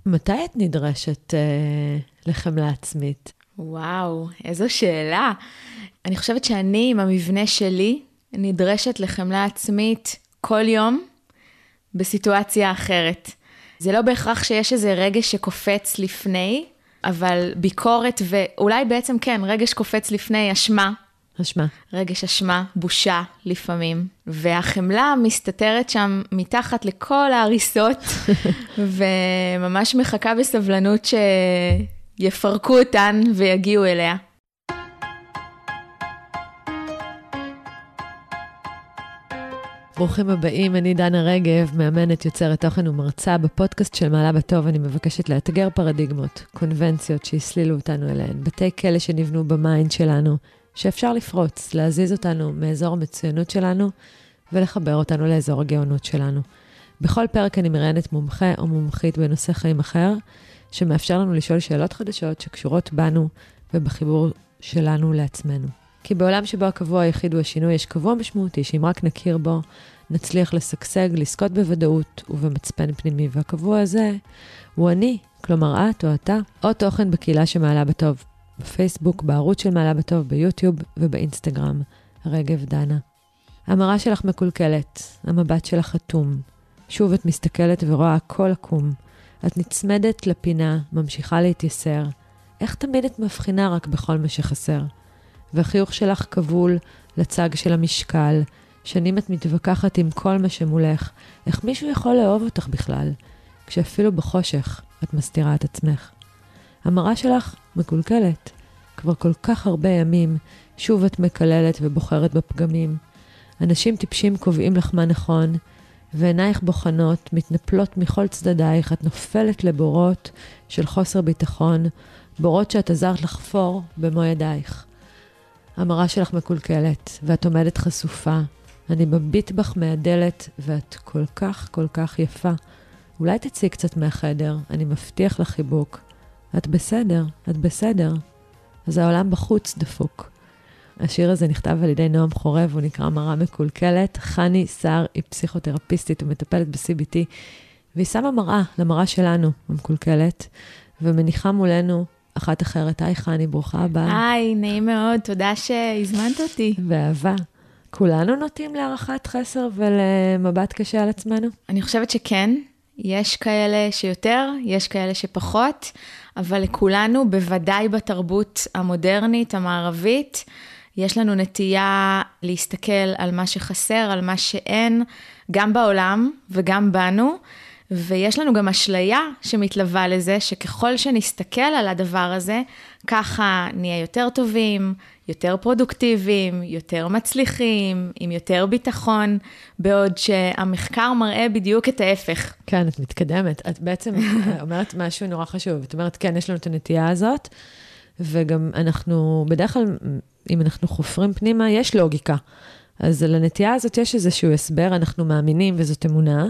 מתי את נדרשת לחמלה עצמית? וואו, איזו שאלה. אני חושבת שאני עם המבנה שלי נדרשת לחמלה עצמית כל יום בסיטואציה אחרת. זה לא בהכרח שיש איזה רגש שקופץ לפני, אבל ביקורת ואולי בעצם כן, רגש קופץ לפני אשמה. אשמה. רגש אשמה, בושה לפעמים. והחמלה מסתתרת שם מתחת לכל ההריסות, וממש מחכה בסבלנות שיפרקו אותן ויגיעו אליה. ברוכים הבאים, אני דנה רגב, מאמנת, יוצרת תוכן ומרצה. בפודקאסט של מעלה בטוב אני מבקשת לאתגר פרדיגמות, קונבנציות שהסלילו אותנו אליהן, בתי כלא שנבנו במיינד שלנו, שאפשר לפרוץ, להזיז אותנו מאזור המצוינות שלנו, ולחבר אותנו לאזור הגאונות שלנו. בכל פרק אני מראיינת מומחה או מומחית בנושא חיים אחר, שמאפשר לנו לשאול שאלות חדשות שקשורות בנו ובחיבור שלנו לעצמנו. כי בעולם שבו הקבוע היחיד הוא השינוי, יש קבוע משמעותי, שאם רק נכיר בו, נצליח לשגשג, לזכות בוודאות ובמצפן פנימי. והקבוע הזה הוא אני, כלומר את או אתה, או תוכן בקהילה שמעלה בטוב, בפייסבוק, בערוץ של מעלה בטוב, ביוטיוב ובאינסטגרם, רגב דנה. המראה שלך מקולקלת, המבט שלך חתום. שוב את מסתכלת ורואה הכל עקום. את נצמדת לפינה, ממשיכה להתייסר. איך תמיד את מבחינה רק בכל מה שחסר? והחיוך שלך כבול לצג של המשקל. שנים את מתווכחת עם כל מה שמולך. איך מישהו יכול לאהוב אותך בכלל? כשאפילו בחושך את מסתירה את עצמך. המראה שלך מקולקלת. כבר כל כך הרבה ימים, שוב את מקללת ובוחרת בפגמים. אנשים טיפשים קובעים לך מה נכון, ועינייך בוחנות, מתנפלות מכל צדדייך, את נופלת לבורות של חוסר ביטחון, בורות שאת עזרת לחפור במו ידייך. המראה שלך מקולקלת, ואת עומדת חשופה. אני מביט בך מהדלת, ואת כל כך יפה. אולי תצאי קצת מהחדר, אני מבטיח לך חיבוק. את בסדר, את בסדר. אז העולם בחוץ דפוק. השיר הזה נכתב על ידי נועם חורב, הוא נקרא מראה מקולקלת. חני שר היא פסיכותרפיסטית ומטפלת ב-CBT, והיא שמה מראה למראה שלנו, המקולקלת, ומניחה מולנו אחת אחרת. היי חני, ברוכה הבאה. היי, נעים מאוד, תודה שהזמנת אותי. באהבה. כולנו נוטים להערכת חסר ולמבט קשה על עצמנו? אני חושבת שכן, יש כאלה שיותר, יש כאלה שפחות, אבל לכולנו, בוודאי בתרבות המודרנית, המערבית, יש לנו נטייה להסתכל על מה שחסר, על מה שאין, גם בעולם וגם בנו, ויש לנו גם אשליה שמתלווה לזה, שככל שנסתכל על הדבר הזה, ככה נהיה יותר טובים, יותר פרודוקטיביים, יותר מצליחים, עם יותר ביטחון, בעוד שהמחקר מראה בדיוק את ההפך. כן, את מתקדמת. את בעצם אומרת משהו נורא חשוב. את אומרת, כן, יש לנו את הנטייה הזאת, וגם אנחנו, בדרך כלל, אם אנחנו חופרים פנימה, יש לוגיקה. אז לנטייה הזאת יש איזשהו הסבר, אנחנו מאמינים, וזאת אמונה,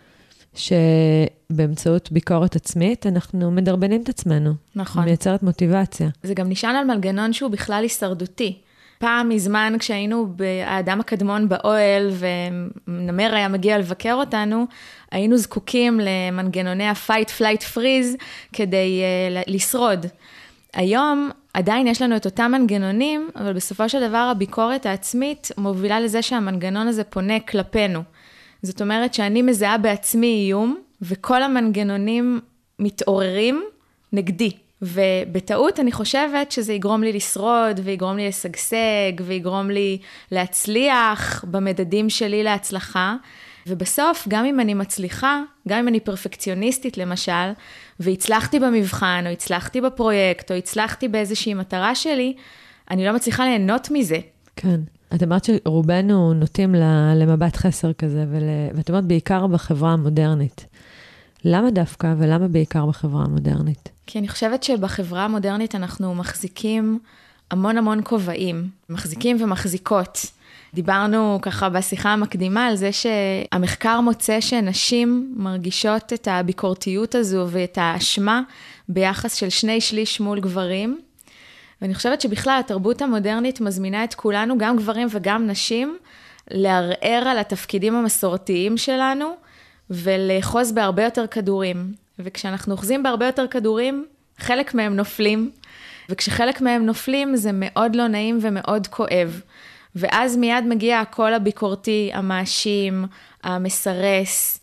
שבאמצעות ביקורת עצמית, אנחנו מדרבנים את עצמנו. נכון. מייצרת מוטיבציה. זה גם נשען על מנגנון שהוא בכלל הישרדותי. פעם מזמן, כשהיינו באדם הקדמון באוהל, ונמר היה מגיע לבקר אותנו, היינו זקוקים למנגנוני ה-fight, flight, freeze, כדי לשרוד. היום עדיין יש לנו את אותם מנגנונים, אבל בסופו של דבר הביקורת העצמית מובילה לזה שהמנגנון הזה פונה כלפינו. זאת אומרת שאני מזהה בעצמי איום, וכל המנגנונים מתעוררים נגדי. ובטעות אני חושבת שזה יגרום לי לשרוד, ויגרום לי לשגשג, ויגרום לי להצליח במדדים שלי להצלחה. ובסוף, גם אם אני מצליחה, גם אם אני פרפקציוניסטית למשל, והצלחתי במבחן, או הצלחתי בפרויקט, או הצלחתי באיזושהי מטרה שלי, אני לא מצליחה ליהנות מזה. כן. את אמרת שרובנו נוטים למבט חסר כזה, ואת אומרת בעיקר בחברה המודרנית. למה דווקא ולמה בעיקר בחברה המודרנית? כי אני חושבת שבחברה המודרנית אנחנו מחזיקים המון כובעים, מחזיקים ומחזיקות. דיברנו ככה בשיחה המקדימה על זה שהמחקר מוצא שנשים מרגישות את הביקורתיות הזו ואת האשמה ביחס של 2/3 מול גברים, ואני חושבת שבכלל התרבות המודרנית מזמינה את כולנו, גם גברים וגם נשים, לערער על התפקידים המסורתיים שלנו, ולאחוז בהרבה יותר כדורים. וכשאנחנו אוחזים בהרבה יותר כדורים, חלק מהם נופלים, וכשחלק מהם נופלים זה מאוד לא נעים ומאוד כואב. ואז מיד מגיע הקול הביקורתי, המאשים, המסרס,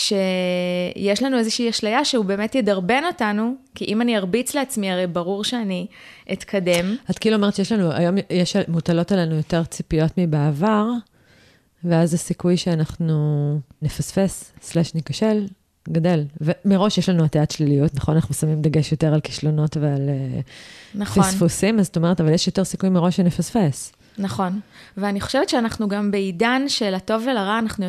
שיש לנו איזושהי אשליה שהוא באמת ידרבן אותנו, כי אם אני ארביץ לעצמי, הרי ברור שאני אתקדם. את כאילו אומרת שיש לנו, היום מוטלות עלינו יותר ציפיות מבעבר, ואז הסיכוי שאנחנו נפספס, ניכשל, גדל. ומראש יש לנו הטעת שליליות, נכון? אנחנו שמים דגש יותר על כישלונות ועל נכון. פספוסים, אז זאת אומרת, אבל יש יותר סיכוי מראש שנפספס. נכון. ואני חושבת שאנחנו גם בעידן של הטוב ולרע, אנחנו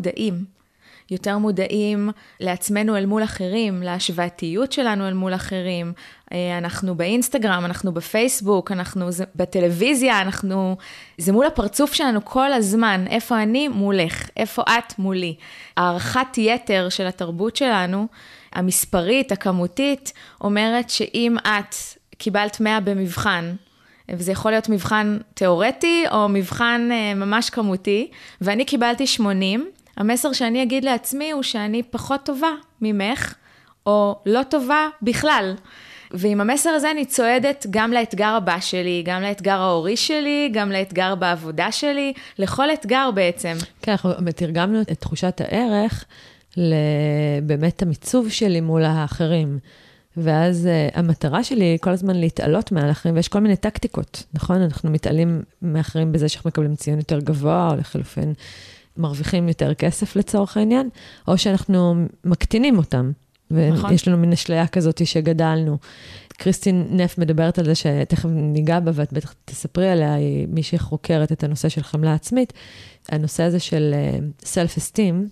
יותר מודעים לעצמנו אל מול אחרים, להשוואתיות שלנו אל מול אחרים. אנחנו באינסטגרם, אנחנו בפייסבוק, אנחנו בטלוויזיה, זה מול הפרצוף שלנו כל הזמן, איפה אני מולך, איפה את מולי. הערכת יתר של התרבות שלנו, המספרית, הכמותית, אומרת שאם את קיבלת 100 במבחן, וזה יכול להיות מבחן תיאורטי או מבחן ממש כמותי, ואני קיבלתי 80, המסר שאני אגיד לעצמי הוא שאני פחות טובה ממך, או לא טובה בכלל. ועם המסר הזה אני צועדת גם לאתגר הבא שלי, גם לאתגר ההורי שלי, גם לאתגר בעבודה שלי, לכל אתגר בעצם. כן, אנחנו מתרגמנו את תחושת הערך לבאמת המיצוב שלי מול האחרים. ואז המטרה שלי כל הזמן להתעלות מעל אחרים, ויש כל מיני טקטיקות, נכון? אנחנו מתעלים מאחרים בזה שאנחנו מקבלים ציון יותר גבוה, או לחלופין מרוויחים יותר כסף לצורך העניין, או שאנחנו מקטינים אותם, ויש לנו מין אשליה כזאת שגדלנו. קריסטין נף מדברת על זה שתכף ניגע בה, ואת בטח תספרי עליה, היא מי שחוקרת את הנושא של חמלה עצמית, הנושא הזה של self-esteem,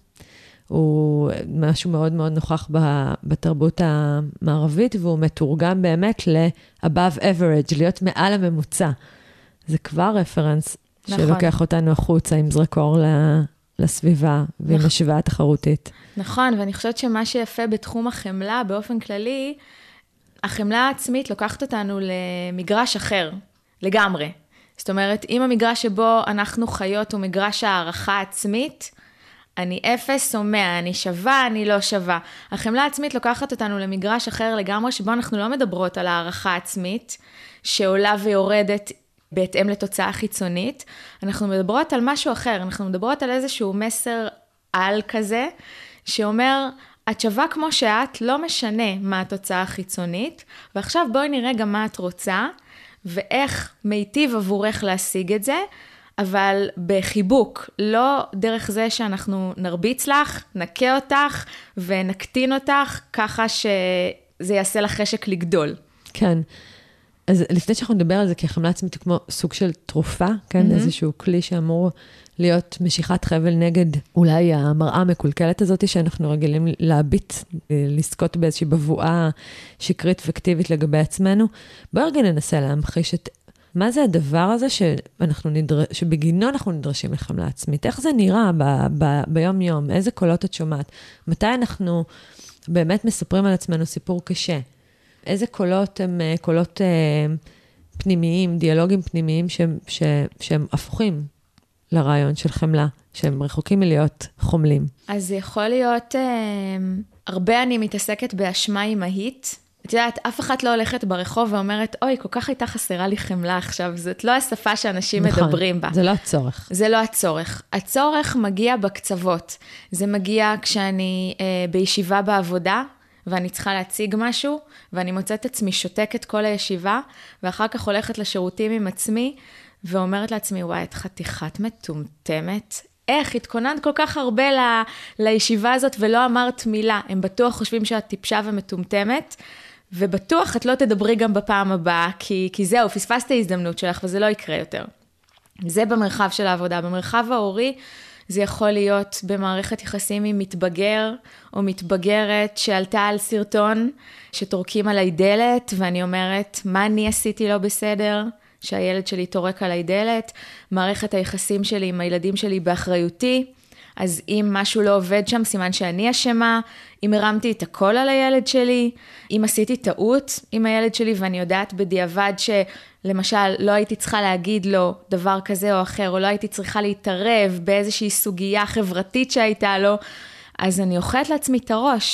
הוא משהו מאוד מאוד נוכח בתרבות המערבית, והוא מתורגם באמת ל-above average, להיות מעל הממוצע. זה כבר רפרנס שלוקח אותנו החוצה עם זרקור לסביבה, ועם השוואה התחרותית. נכון, ואני חושבת שמה שיפה בתחום החמלה, באופן כללי, החמלה העצמית לוקחת אותנו למגרש אחר, לגמרי. זאת אומרת, אם המגרש שבו אנחנו חיות הוא מגרש הערכה עצמית, אני 0 או 100, אני שווה, אני לא שווה. החמלה העצמית לוקחת אותנו למגרש אחר לגמרי, שבו אנחנו לא מדברות על הערכה עצמית, שעולה ויורדת בהתאם לתוצאה חיצונית. אנחנו מדברות על משהו אחר, אנחנו מדברות על איזשהו מסר על כזה, שאומר, את שווה כמו שאת, לא משנה מה התוצאה החיצונית, ועכשיו בואי נראה גם מה את רוצה, ואיך מיטיב עבורך להשיג את זה, אבל בחיבוק, לא דרך זה שאנחנו נרביץ לך, נקה אותך ונקטין אותך, ככה שזה יעשה לך חשק לגדול. כן. אז לפני שאנחנו נדבר על זה, כי החמלה עצמית היא כמו סוג של תרופה, כן? איזשהו כלי שאמור להיות משיכת חבל נגד אולי המראה המקולקלת הזאת, שאנחנו רגילים להביט, לזכות באיזושהי בבואה שקרית וקטיבית לגבי עצמנו. בואו רגע ננסה להמחיש את מה זה הדבר הזה שבגינו אנחנו נדרשים לחמלה עצמית? איך זה נראה ביום יום? איזה קולות את שומעת? מתי אנחנו באמת מספרים על עצמנו סיפור קשה? איזה קולות הם קולות פנימיים, דיאלוגים פנימיים שהם הפוכים לרעיון של חמלה, שהם רחוקים מלהיות חומלים? אז זה יכול להיות, הרבה אני מתעסקת באשמה אימהית, את יודעת, אף אחד לא הולכת ברחוב ואומרת, אוי, כל כך הייתה חסרה לי חמלה עכשיו, זאת לא השפה שאנשים מדברים בה. זה לא הצורך. זה לא הצורך. הצורך מגיע בקצוות. זה מגיע כשאני בישיבה בעבודה, ואני צריכה להציג משהו, ואני מוצאת עצמי שותקת כל הישיבה, ואחר כך הולכת לשירותים עם עצמי, ואומרת לעצמי, וואי, את חתיכת מטומטמת, איך התכוננת כל כך הרבה לישיבה הזאת, ולא אמרת מילה. הם בטוח חושבים שאת טיפשה ומטומטמת, ובטוח את לא תדברי גם בפעם הבאה, כי זהו, פספסת ההזדמנות שלך, וזה לא יקרה יותר. זה במרחב של העבודה. במרחב ההורי, זה יכול להיות במערכת יחסים עם מתבגר, או מתבגרת שעלתה על סרטון, שתורקים עליי דלת, ואני אומרת, מה אני עשיתי לא בסדר? שהילד שלי תורק עליי דלת, מערכת היחסים שלי עם הילדים שלי באחריותי, אז אם משהו לא עובד שם, סימן שאני אשמה, אם הרמתי את הכל על הילד שלי, אם עשיתי טעות עם הילד שלי, ואני יודעת בדיעבד שלמשל לא הייתי צריכה להגיד לו דבר כזה או אחר, או לא הייתי צריכה להתערב באיזושהי סוגיה חברתית שהייתה לו, אז אני אוכלת לעצמי את הראש,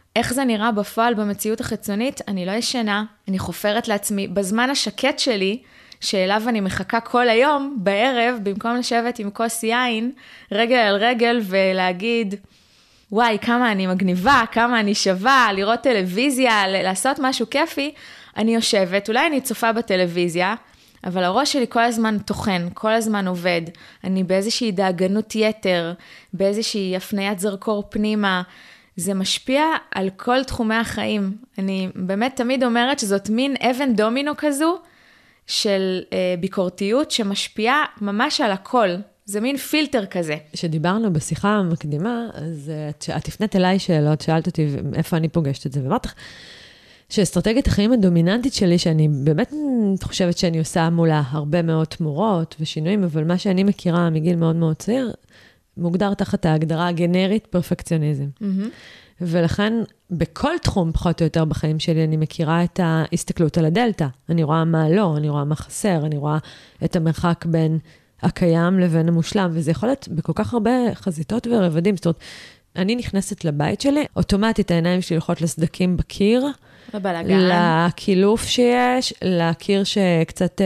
איך זה נראה בפועל במציאות החיצונית? אני לא ישנה, אני חופרת לעצמי. בזמן השקט שלי, שאליו אני מחכה כל היום, בערב, במקום לשבת עם כוס יין, רגל על רגל, ולהגיד, וואי, כמה אני מגניבה, כמה אני שווה, לראות טלוויזיה, לעשות משהו כיפי, אני יושבת, אולי אני צופה בטלוויזיה, אבל הראש שלי כל הזמן תוכן, כל הזמן עובד. אני באיזושהי דאגנות יתר, באיזושהי הפניית זרקור פנימה. זה משפיע על כל תחומי החיים. אני באמת תמיד אומרת שזאת מין אבן דומינו כזו, של ביקורתיות שמשפיעה ממש על הכל. זה מין פילטר כזה. כשדיברנו בשיחה המקדימה, אז את הפנית אליי שאלות, שאלת אותי איפה אני פוגשת את זה, ואמרת לך, שאסטרטגיית החיים הדומיננטית שלי, שאני באמת חושבת שאני עושה מולה הרבה מאוד תמורות ושינויים, אבל מה שאני מכירה מגיל מאוד מאוד צעיר, מוגדר תחת ההגדרה הגנרית פרפקציוניזם. ולכן בכל תחום פחות או יותר בחיים שלי, אני מכירה את ההסתכלות על הדלטה. אני רואה מה לא, אני רואה מה חסר, אני רואה את המרחק בין הקיים לבין המושלם, וזה יכול להיות בכל כך הרבה חזיתות ורבדים. זאת אומרת, אני נכנסת לבית שלי, אוטומטית העיניים שלי הולכות לסדקים בקיר, לקילוף שיש, לקיר שקצת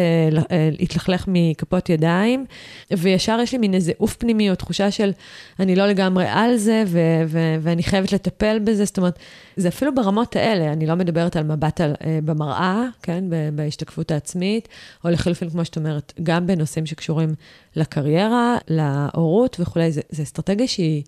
התלכלך מכפות ידיים, וישר יש לי מין איזה אוף פנימי, או תחושה של אני לא לגמרי על זה, ואני חייבת לטפל בזה, זאת אומרת, זה אפילו ברמות האלה, אני לא מדברת על מבט במראה, כן, בהשתקפות העצמית, או לחילופין, כמו שאת אומרת, גם בנושאים שקשורים לקריירה, להורות וכו', זה אסטרטגיה שהיא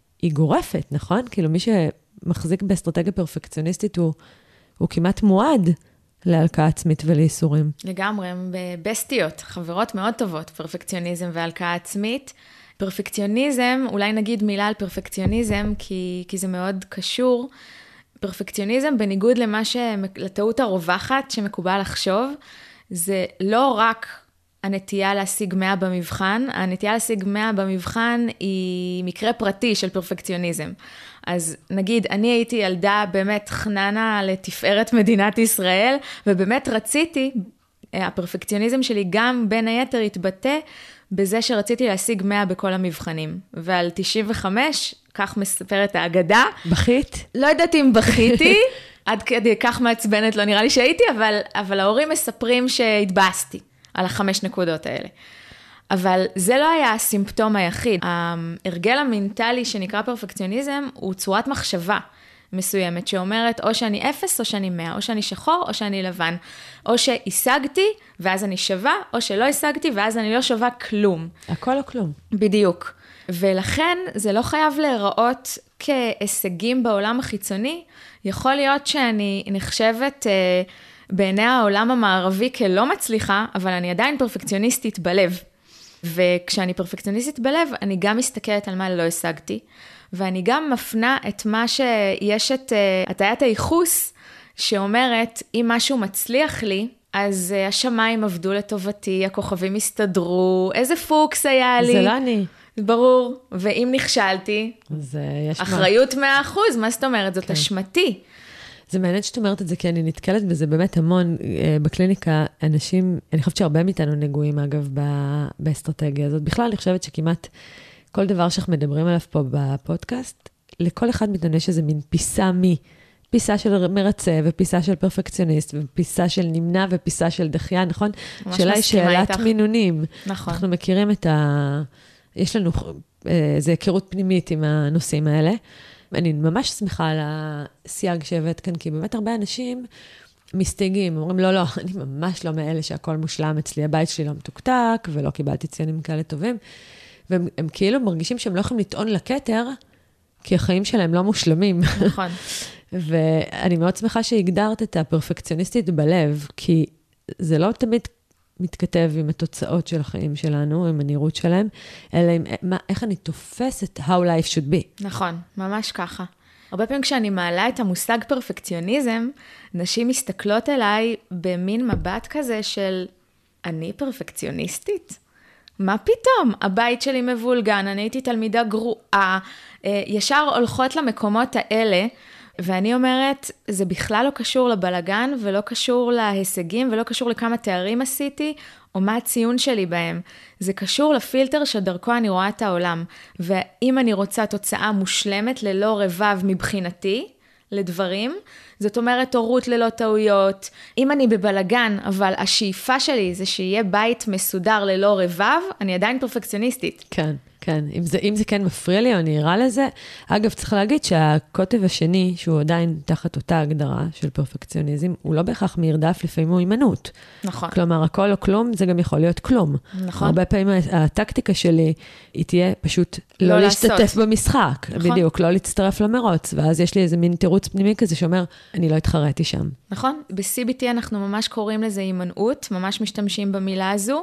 גורפת, נכון? כאילו מי שמחזיק באסטרטגיה פרפקציוניסטית הוא כמעט מועד להלקאה עצמית ולייסורים. לגמרי, הם בסטיות, חברות מאוד טובות, פרפקציוניזם והלקאה עצמית. פרפקציוניזם, אולי נגיד מילה על פרפקציוניזם, כי זה מאוד קשור. פרפקציוניזם, בניגוד לטעות הרווחת שמקובל לחשוב, זה לא רק הנטייה להשיג 100 במבחן, הנטייה להשיג 100 במבחן היא מקרה פרטי של פרפקציוניזם. אז נגיד, אני הייתי ילדה באמת חננה לתפארת מדינת ישראל, ובאמת רציתי, הפרפקציוניזם שלי גם בין היתר התבטא בזה שרציתי להשיג 100 בכל המבחנים. ועל 95, כך מספרת האגדה. בכית? לא יודעת אם בכיתי, עד כדי כך מעצבנת, לא נראה לי שהייתי, אבל ההורים מספרים שהתבאסתי על 5 נקודות האלה. אבל זה לא היה הסימפטום היחיד. ההרגל המנטלי שנקרא פרפקציוניזם הוא צורת מחשבה מסוימת שאומרת או שאני 0 או שאני 100, או שאני שחור או שאני לבן, או שהשגתי ואז אני שווה, או שלא השגתי ואז אני לא שווה כלום. הכל או כלום. בדיוק. ולכן זה לא חייב להיראות כהישגים בעולם החיצוני, יכול להיות שאני נחשבת בעיני העולם המערבי כלא מצליחה, אבל אני עדיין פרפקציוניסטית בלב. וכשאני פרפקציוניסטית בלב, אני גם מסתכלת על מה לא השגתי, ואני גם מפנה את מה שיש את הטיית הייחוס, שאומרת, אם משהו מצליח לי, אז השמיים עבדו לטובתי, הכוכבים הסתדרו, איזה פוקס היה לי. זה לא אני. ברור, ואם נכשלתי, אחריות 100%, מה זאת אומרת? זאת אשמתי. זה מעניין שאת אומרת את זה, כי אני נתקלת בזה באמת המון בקליניקה, אנשים, אני חושבת שהרבה מאיתנו נגועים, אגב, באסטרטגיה הזאת. בכלל, אני חושבת שכמעט כל דבר שאנחנו מדברים עליו פה בפודקאסט, לכל אחד מאיתנו יש איזה מין פיסה של מרצה, ופיסה של פרפקציוניסט, ופיסה של נמנע, ופיסה של דחייה, נכון? שאלה היא שאלת מינונים. נכון. אנחנו מכירים יש לנו איזו היכרות פנימית עם הנושאים האלה, אני ממש שמחה על הסייג שהבאת כאן, כי באמת הרבה אנשים מסתייגים, אומרים, לא, אני ממש לא מאלה שהכל מושלם אצלי, הבית שלי לא מתוקתק, ולא קיבלתי ציונים כאלה טובים, והם כאילו מרגישים שהם לא יכולים לטעון לכתר, כי החיים שלהם לא מושלמים. נכון. ואני מאוד שמחה שהגדרת את הפרפקציוניסטית בלב, כי זה לא תמיד מתכתב עם התוצאות של החיים שלנו, עם הנראות שלהם, אלא עם איך אני תופסת how life should be. נכון, ממש ככה. הרבה פעמים כשאני מעלה את המושג פרפקציוניזם, נשים מסתכלות אליי במין מבט כזה של, אני פרפקציוניסטית? מה פתאום? הבית שלי מבולגן, אני הייתי תלמידה גרועה, ישר הולכות למקומות האלה, ואני אומרת, זה בכלל לא קשור לבלגן, ולא קשור להישגים, ולא קשור לכמה תארים עשיתי, או מה הציון שלי בהם. זה קשור לפילטר שדרכו אני רואה את העולם. ואם אני רוצה תוצאה מושלמת ללא רבב מבחינתי, לדברים, זאת אומרת, הורות ללא טעויות. אם אני בבלגן, אבל השאיפה שלי זה שיהיה בית מסודר ללא רבב, אני עדיין פרפקציוניסטית. כן, כן. אם זה כן מפריע לי או נראה לזה, אגב, צריך להגיד שהקוטב השני, שהוא עדיין תחת אותה הגדרה של פרפקציוניזם, הוא לא בהכרח מרדף, לפעמים הוא הימנעות. נכון. כלומר, הכל או כלום, זה גם יכול להיות כלום. נכון. הרבה פעמים הטקטיקה שלי, היא תהיה פשוט לא להשתתף במשחק. נכון. בדיוק, לא להצטרף למרוץ. ואז יש לי איזה מין תירוץ פנימי כזה שאומר, אני לא התחרתי שם. נכון. ב-CBT אנחנו ממש קוראים לזה הימנעות, ממש משתמשים במילה הזו.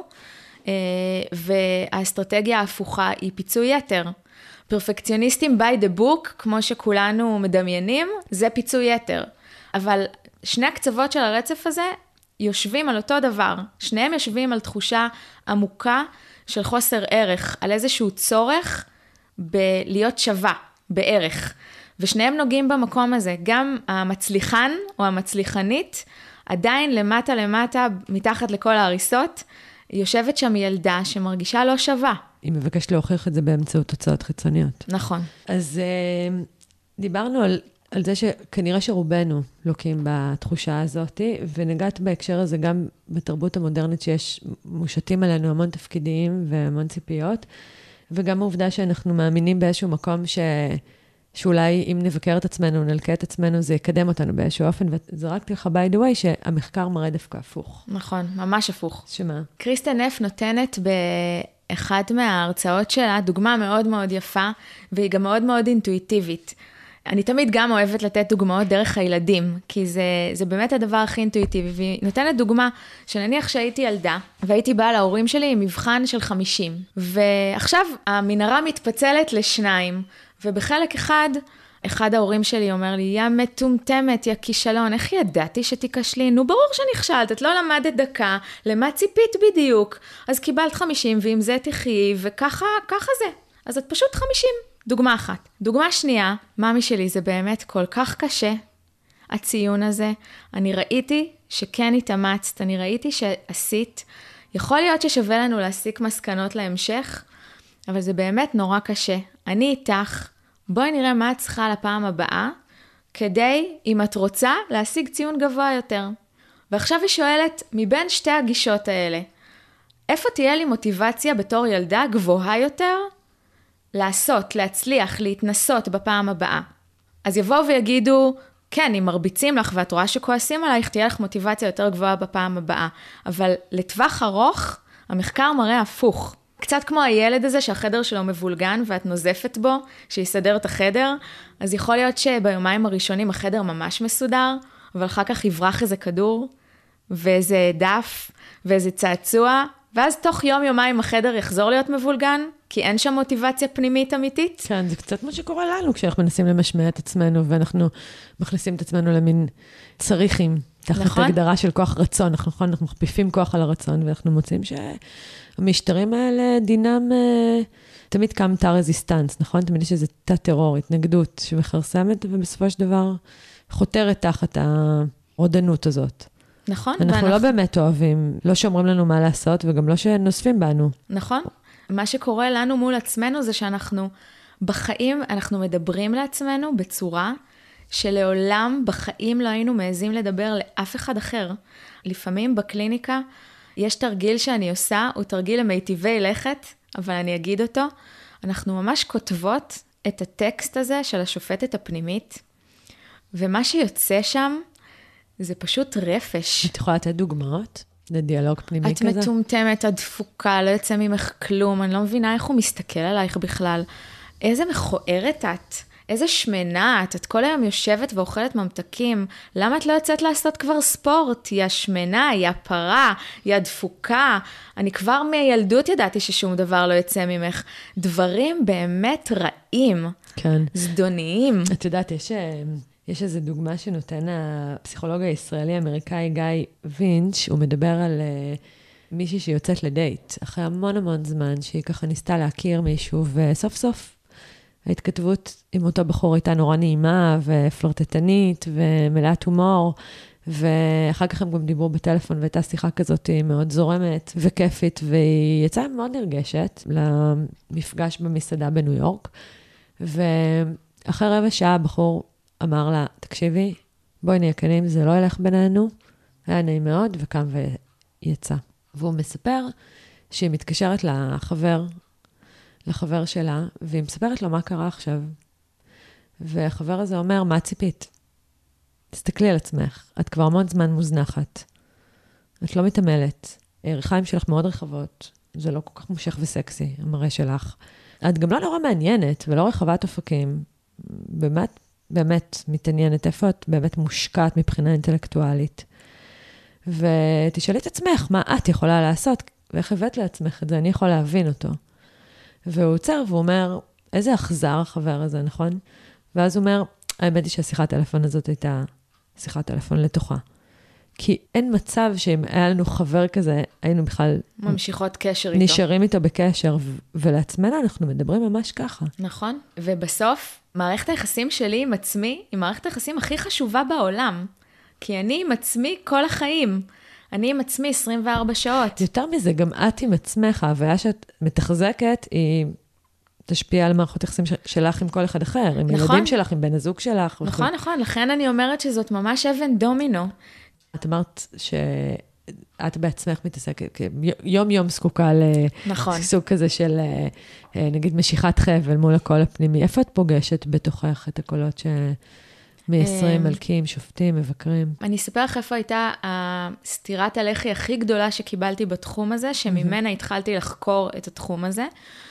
והאסטרטגיה ההפוכה היא פיצוי יתר. פרפקציוניסטים by the book, כמו שכולנו מדמיינים, זה פיצוי יתר. אבל שני הקצוות של הרצף הזה יושבים על אותו דבר. שניהם יושבים על תחושה עמוקה של חוסר ערך, על איזשהו צורך בלהיות שווה, בערך. ושניהם נוגעים במקום הזה. גם המצליחן או המצליחנית, עדיין למטה, מתחת לכל ההריסות, יושבת שם ילדה שמרגישה לא שווה. היא מבקשת להוכיח את זה באמצעות תוצאות חיצוניות. נכון. אז דיברנו על זה שכנראה שרובנו לוקים בתחושה הזאת, ונגעת בהקשר הזה גם בתרבות המודרנית שיש מושתים עלינו המון תפקידים והמון ציפיות, וגם העובדה שאנחנו מאמינים באיזשהו מקום שאולי אם נבקר את עצמנו, נלקה את עצמנו, זה יקדם אותנו באיזשהו אופן, וזרקתי לך by the way שהמחקר מראה דווקא הפוך. נכון, ממש הפוך. שמה? קריסטן נף נותנת באחת מההרצאות שלה דוגמה מאוד מאוד יפה, והיא גם מאוד מאוד אינטואיטיבית. אני תמיד גם אוהבת לתת דוגמאות דרך הילדים, כי זה באמת הדבר הכי אינטואיטיבי, והיא נותנת דוגמה שנניח שהייתי ילדה, והייתי באה להורים שלי עם מבחן של 50, ועכשיו המנהרה מתפצלת לשניים, ובחלק אחד ההורים שלי אומר לי, יא מטומטמת, יא כישלון, איך ידעתי שתיכשלי? נו, ברור שנכשלת, את לא למדת דקה, למה ציפית בדיוק? אז קיבלת 50, ועם זה תחיי, וככה זה. אז את פשוט 50. דוגמה אחת. דוגמה שנייה, מאמי שלי, זה באמת כל כך קשה, הציון הזה. אני ראיתי שכן התאמצת, אני ראיתי שעשית. יכול להיות ששווה לנו להסיק מסקנות להמשך, אבל זה באמת נורא קשה. אני איתך, בואי נראה מה את צריכה לפעם הבאה, כדי, אם את רוצה, להשיג ציון גבוה יותר. ועכשיו היא שואלת, מבין שתי הגישות האלה, איפה תהיה לי מוטיבציה בתור ילדה גבוהה יותר? לעשות, להצליח, להתנסות בפעם הבאה. אז יבואו ויגידו, כן, אם מרביצים לך ואת רואה שכועסים עלייך, תהיה לך מוטיבציה יותר גבוהה בפעם הבאה. אבל לטווח ארוך, המחקר מראה הפוך. קצת כמו הילד הזה שהחדר שלו מבולגן ואת נוזפת בו, שיסדר את החדר, אז יכול להיות שביומיים הראשונים החדר ממש מסודר, אבל אחר כך יברח איזה כדור, ואיזה דף, ואיזה צעצוע, ואז תוך יומיים החדר יחזור להיות מבולגן, כי אין שם מוטיבציה פנימית אמיתית. כן, זה קצת מה שקורה לנו, כשאנחנו מנסים למשמע את עצמנו, ואנחנו מכניסים את עצמנו למין צריכים, תחת הגדרה של כוח רצון, אנחנו מכפיפים כוח על הרצון, ואנחנו מוצאים שהמשטרים האלה דינם, תמיד קם תא רזיסטנס, נכון? תמיד יש איזה תא טרור, התנגדות שמחרסמת, ובסופו של דבר חותרת תחת הרודנות הזאת. נכון. אנחנו לא באמת אוהבים, לא שאומרים לנו מה לעשות, וגם לא שנוספים בנו. נכון. מה שקורה לנו מול עצמנו זה שאנחנו בחיים, אנחנו מדברים לעצמנו בצורה שלעולם בחיים לא היינו מעזים לדבר לאף אחד אחר. לפעמים בקליניקה יש תרגיל שאני עושה, הוא תרגיל למיטיבי לכת, אבל אני אגיד אותו. אנחנו ממש כותבות את הטקסט הזה של השופטת הפנימית, ומה שיוצא שם זה פשוט רפש. את יכולה לתת דוגמאות? זה דיאלוג פנימי כזה? את מטומטמת, את דפוקה, לא יוצא ממך כלום, אני לא מבינה איך הוא מסתכל עלייך בכלל. איזה מכוערת את, איזה שמנה את כל היום יושבת ואוכלת ממתקים, למה את לא יוצאת לעשות כבר ספורט? היא השמנה, היא הפרה, היא הדפוקה, אני כבר מילדות ידעתי ששום דבר לא יוצא ממך. דברים באמת רעים, כן. זדוניים. את יודעת, יש איזו דוגמה שנותן הפסיכולוג הישראלי-אמריקאי גיא וינץ', הוא מדבר על מישהי שיוצאת לדייט, אחרי המון זמן, שהיא ככה ניסתה להכיר מישהו, וסוף סוף ההתכתבות עם אותו בחור הייתה נורא נעימה, ופלרטטנית, ומלאת הומור, ואחר כך הם גם דיברו בטלפון, והייתה שיחה כזאת מאוד זורמת וכיפית, והיא יצאה מאוד נרגשת למפגש במסעדה בניו יורק, ואחרי רבע שעה הבחור אמר לה, תקשיבי, בואי נהיה כנים, זה לא ילך בינינו, היה נעים מאוד, וקם ויצא. והוא מספר שהיא מתקשרת לחבר שלה, והיא מספרת לו מה קרה עכשיו. והחבר הזה אומר, מה ציפית? תסתכלי על עצמך, את כבר המון זמן מוזנחת. את לא מתעמלת. הירכיים שלך מאוד רחבות, זה לא כל כך מושך וסקסי, המראה שלך. את גם לא נורא מעניינת, ולא רחבת אופקים. באמת מתעניינת, איפה את באמת מושקעת מבחינה אינטלקטואלית. ותשאלי את עצמך, מה את יכולה לעשות, ואיך הבאת לעצמך את זה, אני יכול להבין אותו. והוא עוצר והוא אומר, איזה אכזר החבר הזה, נכון? ואז הוא אומר, האמת היא שהשיחת טלפון הזאת הייתה שיחת טלפון לתוכה. כי אין מצב שאם היה לנו חבר כזה, היינו בכלל ממשיכות קשר איתו. נשארים איתו בקשר, ולעצמנו אנחנו מדברים ממש ככה. נכון. ובסוף, מערכת היחסים שלי עם עצמי, היא מערכת היחסים הכי חשובה בעולם. כי אני עם עצמי כל החיים. אני עם עצמי 24 שעות. יותר מזה, גם את עם עצמך, ההוויה שאת מתחזקת, היא תשפיע על מערכות יחסים שלך עם כל אחד אחר, עם נכון. ילדים שלך, עם בן הזוג שלך. נכון, נכון. לכן אני אומרת שזאת ממש אבן דומינו. את אמרת שאת בעצמך מתעסקת, יום זקוקה נכון. לסוג כזה של, נגיד, משיכת חבל מול הקול הפנימי. איפה את פוגשת בתוכך את הקולות מייסרים, מלכים, שופטים, מבקרים? אני אספר לך איפה הייתה הסתירת הלחי הכי גדולה שקיבלתי בתחום הזה, שממנה התחלתי לחקור את התחום הזה.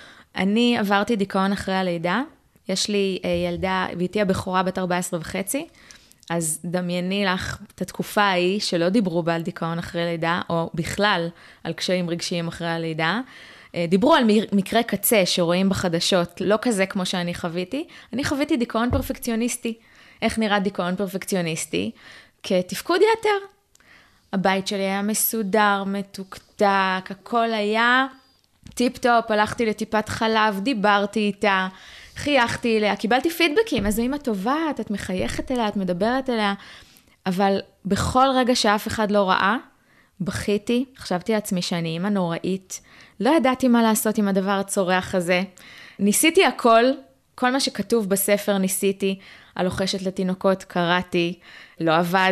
אני עברתי דיכאון אחרי הלידה, יש לי ילדה, ביתי הבכורה בת 14 וחצי, אז דמייני לך את התקופה ההיא שלא דיברו בה על דיכאון אחרי לידה, או בכלל על קשיים רגשיים אחרי הלידה. דיברו על מקרה קצה שרואים בחדשות, לא כזה כמו שאני חוויתי. אני חוויתי דיכאון פרפקציוניסטי. איך נראה דיכאון פרפקציוניסטי? כתפקוד יתר. הבית שלי היה מסודר, מתוקתק, הכל היה טיפ-טופ, הלכתי לטיפת חלב, דיברתי איתה, חייכתי אליה, קיבלתי פידבקים, אז אמא טובה, את מחייכת אליה, את מדברת אליה, אבל בכל רגע שאף אחד לא ראה, בכיתי, חשבתי לעצמי שאני אמא נוראית, לא ידעתי מה לעשות עם הדבר הצורח הזה, ניסיתי הכל, כל מה שכתוב בספר ניסיתי, הלוחשת לתינוקות קראתי, לא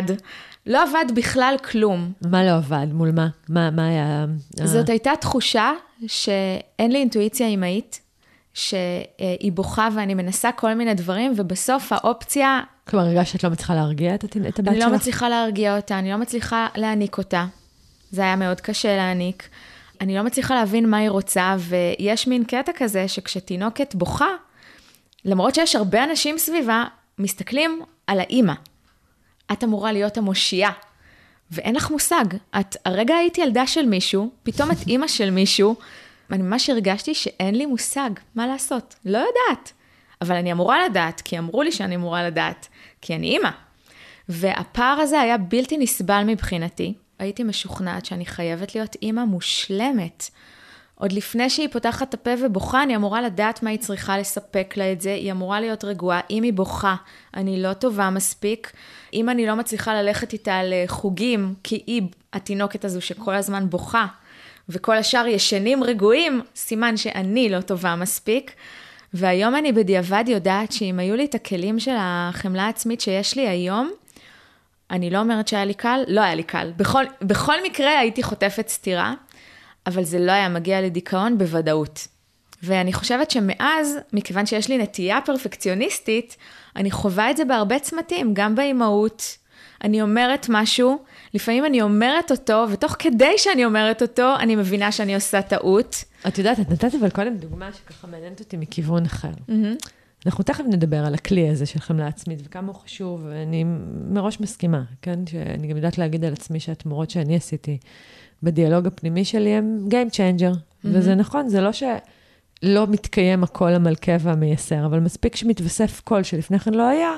עבד בכלל כלום. מה לא עבד? מול מה? מה היה? זאת הייתה תחושה שאין לי אינטואיציה אימהית, שהיא בוכה ואני מנסה כל מיני דברים, ובסוף האופציה... כלומר, הרגשת שאת לא מצליחה להרגיע את הבת שלך? אני לא מצליחה להרגיע אותה, אני לא מצליחה להעניק אותה. זה היה מאוד קשה להעניק. אני לא מצליחה להבין מה היא רוצה, ויש מין קטע כזה שכשתינוקת בוכה, למרות שיש הרבה אנשים סביבה, מסתכלים על האימא. את אמורה להיות המושיעה, ואין לך מושג. הרגע הייתי ילדה של מישהו, פתאום את אימא של מישהו, אני ממש הרגשתי שאין לי מושג מה לעשות. לא יודעת. אבל אני אמורה לדעת, כי אמרו לי שאני אמורה לדעת, כי אני אימא. והפער הזה היה בלתי נסבל מבחינתי. הייתי משוכנעת שאני חייבת להיות אימא מושלמת. עוד לפני שהיא פותחת את הפה ובוכה, אני אמורה לדעת מה היא צריכה לספק לה את זה. היא אמורה להיות רגועה. אם היא בוכה, אני לא טובה מספיק. אם אני לא מצליחה ללכת איתה לחוגים, כי היא התינוקת הזו שכל הזמן בוכה, וכל השאר ישנים רגועים, סימן שאני לא טובה מספיק. והיום אני בדיעבד יודעת שאם היו לי את הכלים של החמלה העצמית שיש לי היום, אני לא אומרת שהיה לי קל, לא היה לי קל. בכל מקרה הייתי חוטפת סתירה, אבל זה לא היה מגיע לדיכאון בוודאות. ואני חושבת שמאז, מכיוון שיש לי נטייה פרפקציוניסטית, אני חווה את זה בהרבה צמתים, גם באימהות. אני אומרת משהו, לפעמים אני אומרת אותו, ותוך כדי שאני אומרת אותו, אני מבינה שאני עושה טעות. את יודעת, את נתת אבל קודם דוגמה שככה מעניינת אותי מכיוון אחר. אנחנו תכף נדבר על הכלי הזה של חמלה עצמית, וכמה הוא חשוב, ואני מראש מסכימה, כן? שאני גם יודעת להגיד על עצמי שהתמורות שאני עשיתי בדיאלוג הפנימי שלי הם game changer. וזה נכון, זה לא שלא מתקיים הכל המלכה והמייסר, אבל מספיק שמתווסף קול שלפני כן לא היה,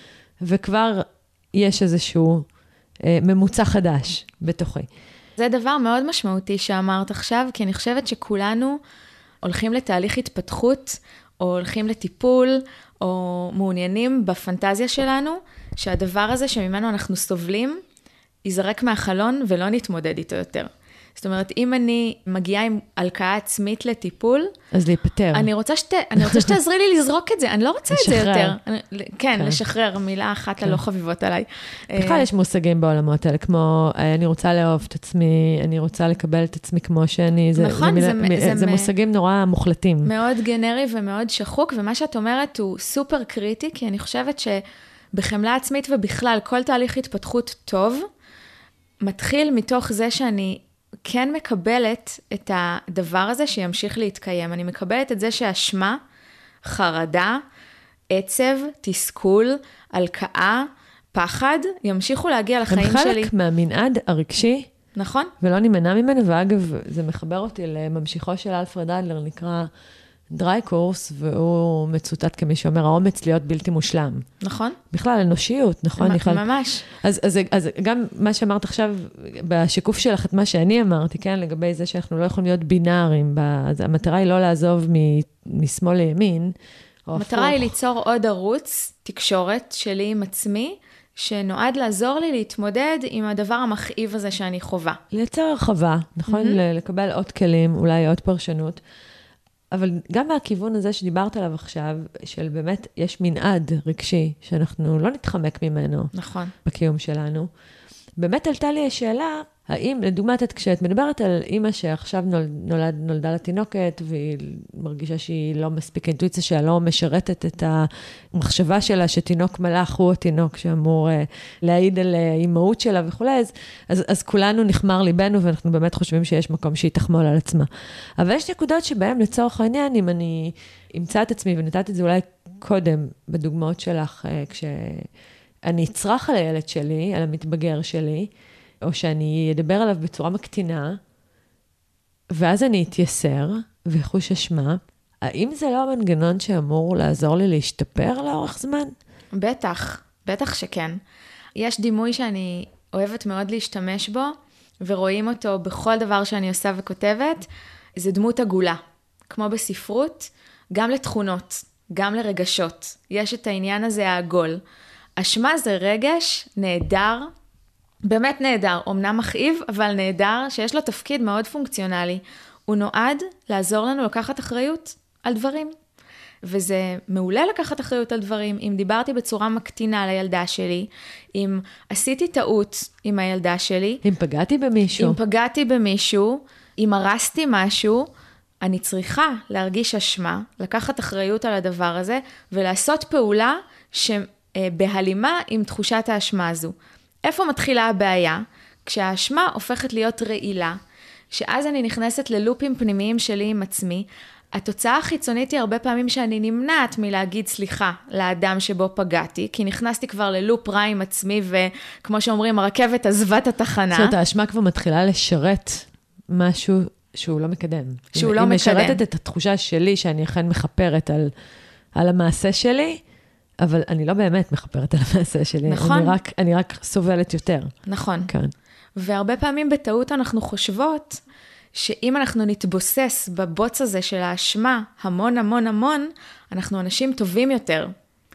וכבר יש איזשהו ממוצע חדש בתוכי. זה דבר מאוד משמעותי שאמרת עכשיו, כי אני חושבת שכולנו הולכים לתהליך התפתחות, או הולכים לטיפול, או מעוניינים בפנטזיה שלנו, שהדבר הזה שממנו אנחנו סובלים, ייזרק מהחלון ולא נתמודד איתו יותר. זאת אומרת, אם אני מגיעה עם הלקאה עצמית לטיפול, אז להיפטר. אני רוצה שתעזרי לי לזרוק את זה, אני לא רוצה את זה יותר. כן, לשחרר, מילה אחת הלא חביבות עליי. בכלל יש מושגים בעולמות האלה, כמו אני רוצה לאהוב את עצמי, אני רוצה לקבל את עצמי כמו שאני, נכון, זה מושגים נורא מוחלטים. מאוד גנרי ומאוד שחוק, ומה שאת אומרת הוא סופר קריטי, כי אני חושבת שבחמלה עצמית ובכלל, כל תהליך התפתחות טוב, מתחיל מתוך זה שאני כן מקבלת את הדבר הזה שימשיך להתקיים. אני מקבלת את זה שהאשמה, חרדה, עצב, תסכול, הלקאה, פחד, ימשיכו להגיע לחיים שלי. הם חלק מהמנעד הרגשי. נכון. ולא נימנע ממנו, ואגב, זה מחבר אותי לממשיכו של אלפרד אדלר, נקרא דריי קורס, והוא מצוטט כמי שאומר, האומץ להיות בלתי מושלם. נכון. בכלל, אנושיות, נכון? ממש. אז גם מה שאמרת עכשיו, בשיקוף שלך את מה שאני אמרתי, כן, לגבי זה שאנחנו לא יכולים להיות בינאריים, אז המטרה היא לא לעזוב משמאל לימין, המטרה היא ליצור עוד ערוץ תקשורת שלי עם עצמי, שנועד לעזור לי להתמודד עם הדבר המכאיב הזה שאני חובה. לייצר הרחבה, נכון? לקבל עוד כלים, אולי עוד פרשנות. אבל גם מהכיוון הזה שדיברת עליו עכשיו, של באמת יש מנעד רגשי, שאנחנו לא נתחמק ממנו. נכון. בקיום שלנו. באמת עלתה לי השאלה, האם, לדוגמת, כשאת מדברת על אימא שעכשיו נולדה לתינוקת, והיא מרגישה שהיא לא מספיק אינטואיציה, שלה לא משרתת את המחשבה שלה, שתינוק מלאך הוא התינוק שאמור להעיד על אימהות שלה וכו', אז כולנו נחמר ליבנו, ואנחנו באמת חושבים שיש מקום שהיא תחמול על עצמה. אבל יש נקודות שבהן, לצורך העניין, אם אני אמצא את עצמי, ונתת את זה אולי קודם, בדוגמאות שלך, כשאני אצרח על הילד שלי, על המתבגר שלי, או שאני אדבר עליו בצורה מקטינה, ואז אני אתייסר וחוש אשמה, האם זה לא המנגנון שאמור לעזור לי להשתפר לאורך זמן? בטח, בטח שכן. יש דימוי שאני אוהבת מאוד להשתמש בו, ורואים אותו בכל דבר שאני עושה וכותבת, זה דמות עגולה. כמו בספרות, גם לתכונות, גם לרגשות. יש את העניין הזה העגול. אשמה זה רגש נהדר, באמת נהדר, אמנם מכאיב, אבל נהדר, שיש לו תפקיד מאוד פונקציונלי. הוא נועד לעזור לנו לקחת אחריות על דברים. וזה מעולה לקחת אחריות על דברים. אם דיברתי בצורה מקטינה על הילדה שלי, אם עשיתי טעות עם הילדה שלי, אם פגעתי במישהו, אם הרסתי משהו, אני צריכה להרגיש אשמה, לקחת אחריות על הדבר הזה, ולעשות פעולה שבהלימה עם תחושת האשמה הזו. איפה מתחילה הבעיה? כשהאשמה הופכת להיות רעילה, שאז אני נכנסת ללופים פנימיים שלי עם עצמי, התוצאה החיצונית היא הרבה פעמים שאני נמנעת מלהגיד סליחה לאדם שבו פגעתי, כי נכנסתי כבר ללופ רע עם עצמי, וכמו שאומרים, הרכבת עזבה את התחנה. זאת אומרת, האשמה כבר מתחילה לשרת משהו שהוא לא מקדם. שהוא לא מקדם. היא משרתת את התחושה שלי שאני אכן מחפרת על המעשה שלי, אבל אני לא באמת מחפרת על המעשה שלי. נכון. אני רק סובלת יותר. נכון. כן. והרבה פעמים בטעות אנחנו חושבות, שאם אנחנו נתבוסס בבוץ הזה של האשמה המון המון המון, אנחנו אנשים טובים יותר.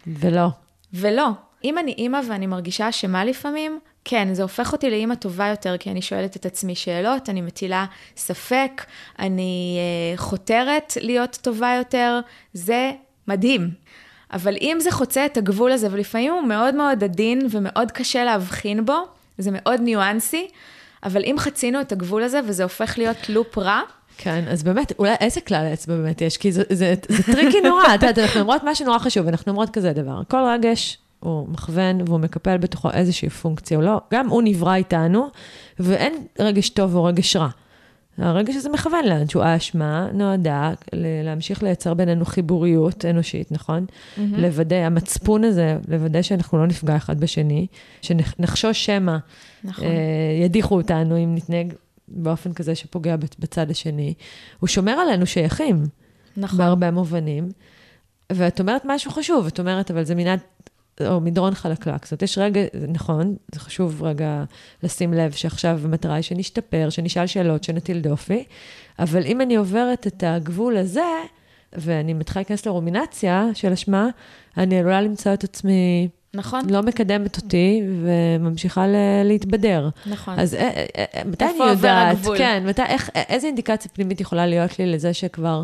ולא. אם אני אימא ואני מרגישה אשמה לפעמים, כן, זה הופך אותי לאימא טובה יותר, כי אני שואלת את עצמי שאלות, אני מטילה ספק, אני חותרת להיות טובה יותר, זה מדהים. אבל אם זה חוצה את הגבול הזה, ולפעמים הוא מאוד מאוד עדין ומאוד קשה להבחין בו, זה מאוד ניואנסי, אבל אם חצינו את הגבול הזה, וזה הופך להיות לופ רע, כן, אז באמת, אולי איזה כלל האצבע באמת יש, כי זה טריקי נורא, אנחנו אומרות משהו נורא חשוב, אנחנו אומרות כזה דבר, כל רגש הוא מכוון, והוא מקפל בתוכו איזושהי פונקציה, או לא, גם הוא נברא איתנו, ואין רגש טוב או רגש רע. הרגש הזה מכוון לאן, שהוא האשמה נועדה להמשיך לייצר בינינו חיבוריות אנושית, נכון? לוודא, המצפון הזה, לוודא שאנחנו לא נפגע אחד בשני, שנחשוש שמא, ידיחו אותנו אם נתנהג באופן כזה שפוגע בצד השני. הוא שומר עלינו שייכים, בהרבה מובנים, ואת אומרת משהו חשוב, את אומרת, אבל זה מנעד, או מדרון חלקלק. זאת אומרת, יש רגע, נכון, זה חשוב רגע לשים לב שעכשיו המטרה היא שנשתפר, שנשאל שאלות, שנטיל דופי, אבל אם אני עוברת את הגבול הזה, ואני מתחילה להיכנס לרומינציה של אשמה, אני עלולה למצוא את עצמי נכון. לא מקדמת אותי וממשיכה להתבדר. נכון. אז מתי אני יודעת, כן, איזה אינדיקציה פנימית יכולה להיות לי לזה שכבר,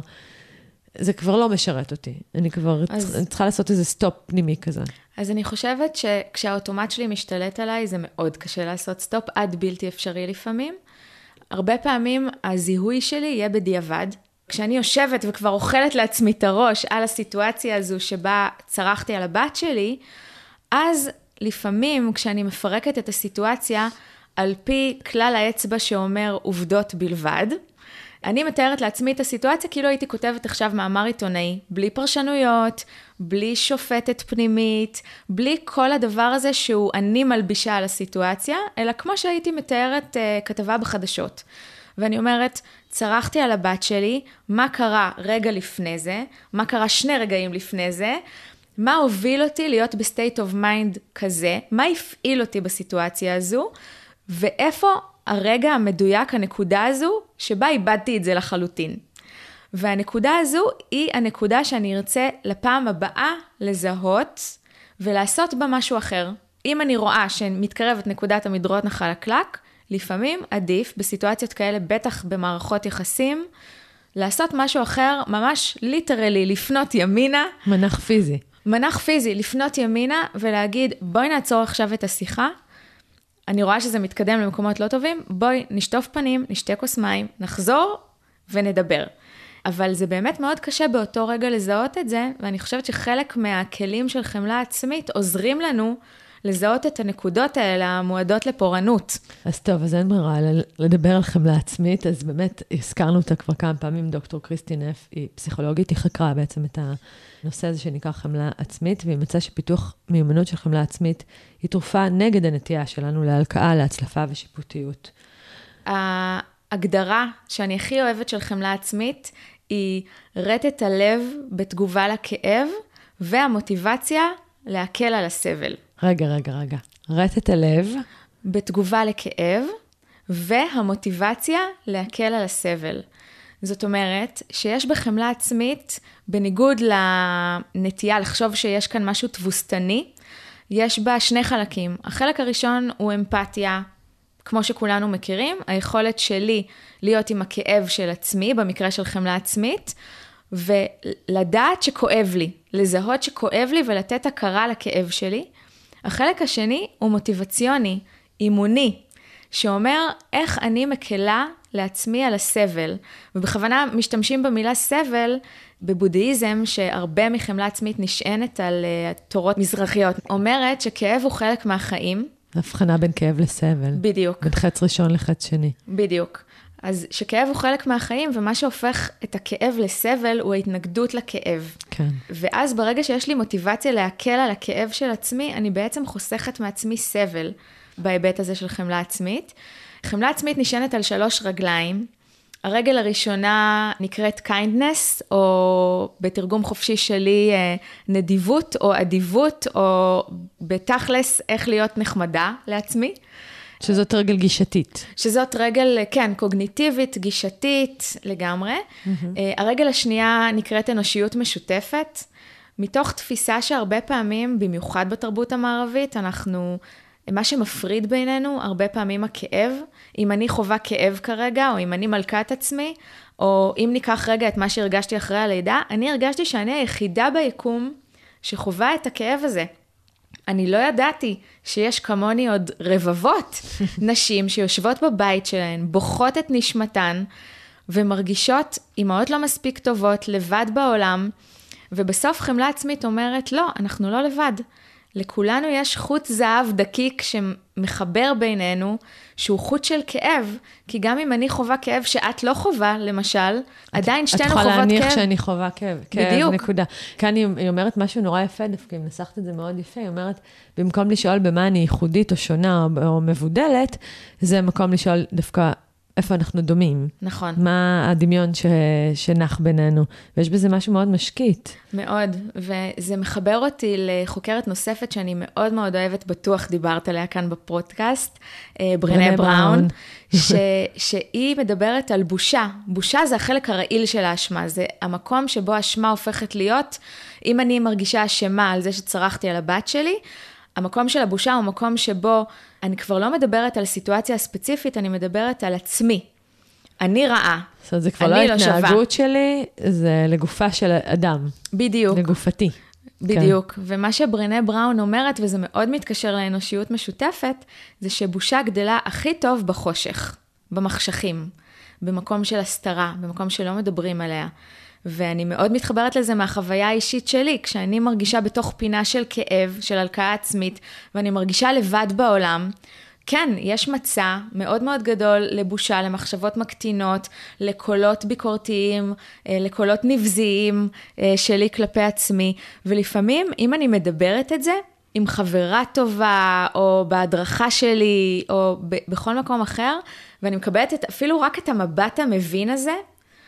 זה כבר לא משרת אותי. אני צריכה לעשות איזה סטופ פנימי כזה. אז אני חושבת שכשהאוטומט שלי משתלט עליי, זה מאוד קשה לעשות סטופ, עד בלתי אפשרי לפעמים. הרבה פעמים הזיהוי שלי יהיה בדיעבד. כשאני יושבת וכבר אוכלת לעצמי את הראש על הסיטואציה הזו שבה צרחתי על הבת שלי, אז לפעמים כשאני מפרקת את הסיטואציה על פי כלל האצבע שאומר עובדות בלבד, אני מתארת לעצמי את הסיטואציה כאילו הייתי כותבת עכשיו מאמר עיתונאי, בלי פרשנויות, בלי שופטת פנימית, בלי כל הדבר הזה שהוא אני מלבישה על הסיטואציה, אלא כמו שהייתי מתארת כתבה בחדשות. ואני אומרת, צרחתי על הבת שלי, מה קרה רגע לפני זה, מה קרה 2 רגעים לפני זה, מה הוביל אותי להיות בסטייט אוף מיינד כזה, מה הפעיל אותי בסיטואציה הזו, ואיפה הרגע המדויק, הנקודה הזו, שבה איבדתי את זה לחלוטין. והנקודה הזו היא הנקודה שאני ארצה לפעם הבאה לזהות, ולעשות בה משהו אחר. אם אני רואה שמתקרבת נקודת המדרות נחלקלק, לפעמים עדיף בסיטואציות כאלה, בטח במערכות יחסים, לעשות משהו אחר, ממש ליטרלי, לפנות ימינה. מנח פיזי. מנח פיזי, לפנות ימינה ולהגיד, בואי נעצור עכשיו את השיחה, אני רואה שזה מתקדם למקומות לא טובים, בואי נשטוף פנים, נשתה כוס מים, נחזור ונדבר. אבל זה באמת מאוד קשה באותו רגע לזהות את זה, ואני חושבת שחלק מהכלים של חמלה עצמית עוזרים לנו לזהות את הנקודות האלה המועדות לפורענות. אז טוב, אז אין ברירה לדבר על חמלה עצמית, אז באמת הזכרנו אותה כבר כמה פעמים, דוקטור קריסטי נף, היא פסיכולוגית, היא חקרה בעצם את הנושא הזה שנקרא חמלה עצמית, והיא מצאה שפיתוח מיומנות של חמלה עצמית היא תרופה נגד הנטייה שלנו להלקאה, להצלפה ושיפוטיות. ההגדרה שאני הכי אוהבת של חמלה עצמית, היא רטט הלב בתגובה לכאב, והמוטיבציה להקל על הסבל. רגע. רטט הלב. בתגובה לכאב, והמוטיבציה להקל על הסבל. זאת אומרת, שיש בחמלה עצמית, בניגוד לנטייה לחשוב שיש כאן משהו תבוסתני, יש בה 2 חלקים. החלק הראשון הוא אמפתיה, כמו שכולנו מכירים, היכולת שלי להיות עם הכאב של עצמי, במקרה של חמלה עצמית, ולדעת שכואב לי, לזהות שכואב לי ולתת הכרה לכאב שלי. החלק השני הוא מוטיבציוני, אימוני, שאומר איך אני מקלה לעצמי על הסבל. ובכוונה משתמשים במילה סבל בבודהיזם, שהרבה מחמלה עצמית נשענת על תורות מזרחיות. אומרת שכאב הוא חלק מהחיים. הבחנה בין כאב לסבל. בדיוק. בין חץ ראשון לחץ שני. בדיוק. אז שכאב הוא חלק מהחיים, ומה שהופך את הכאב לסבל הוא ההתנגדות לכאב. כן. ואז ברגע שיש לי מוטיבציה להקל על הכאב של עצמי, אני בעצם חוסכת מעצמי סבל בהיבט הזה של חמלה עצמית. חמלה עצמית נשענת על 3 רגליים. הרגל הראשונה נקראת kindness, או בתרגום חופשי שלי נדיבות או אדיבות, או בתכלס איך להיות נחמדה לעצמי. שזאת רגל גישתית. שזאת רגל, כן, קוגניטיבית, גישתית לגמרי. הרגל השנייה נקראת אנושיות משותפת, מתוך תפיסה שהרבה פעמים, במיוחד בתרבות המערבית, מה שמפריד בינינו, הרבה פעמים הכאב, אם אני חווה כאב כרגע, או אם אני מלכת עצמי, או אם ניקח רגע את מה שהרגשתי אחרי הלידה, אני הרגשתי שאני היחידה ביקום שחווה את הכאב הזה. אני לא ידעתי שיש כמוני עוד רבבות נשים שיושבות בבית שלהן, בוכות את נשמתן, ומרגישות אימהות לא מספיק טובות, לבד בעולם, ובסוף חמלה עצמית אומרת, לא, אנחנו לא לבד. לכולנו יש חוט זהב דקיק שמחבר בינינו, שהוא חוט של כאב, כי גם אם אני חובה כאב שאת לא חובה, למשל, עדיין שתינו חובות כאב. את יכולה להניח שאני חובה כאב. בדיוק. נקודה. כאן היא אומרת משהו נורא יפה, דווקא אם נסחת את זה מאוד יפה, היא אומרת, במקום לשאול במה אני ייחודית או שונה או מבודלת, זה מקום לשאול דווקא איפה אנחנו דומים. נכון. מה הדמיון שנח בינינו. ויש בזה משהו מאוד משקיט. מאוד, וזה מחבר אותי לחוקרת נוספת שאני מאוד מאוד אוהבת, בטוח דיברת עליה כאן בפודקאסט, ברנה בראון, שהיא מדברת על בושה. בושה זה החלק הרעיל של האשמה, זה המקום שבו האשמה הופכת להיות, אם אני מרגישה אשמה על זה שצרחתי על הבת שלי, המקום של הבושה הוא מקום שבו אני כבר לא מדברת על סיטואציה ספציפית, אני מדברת על עצמי. אני רעה. זאת אומרת, זה כבר לא ההתנהגות שלי, זה לגופה של אדם. בדיוק. לגופתי. בדיוק. כן. ומה שברנה בראון אומרת, וזה מאוד מתקשר לאנושיות משותפת, זה שבושה גדלה הכי טוב בחושך, במחשכים, במקום של הסתרה, במקום שלא מדברים עליה. ואני מאוד מתחברת לזה מהחוויה האישית שלי, כשאני מרגישה בתוך פינה של כאב, של הלקאה עצמית, ואני מרגישה לבד בעולם, כן, יש מצע מאוד מאוד גדול לבושה, למחשבות מקטינות, לקולות ביקורתיים, לקולות נבזיים שלי כלפי עצמי, ולפעמים אם אני מדברת את זה, עם חברה טובה, או בהדרכה שלי, או בכל מקום אחר, ואני מקבלת אפילו רק את המבט המבין הזה,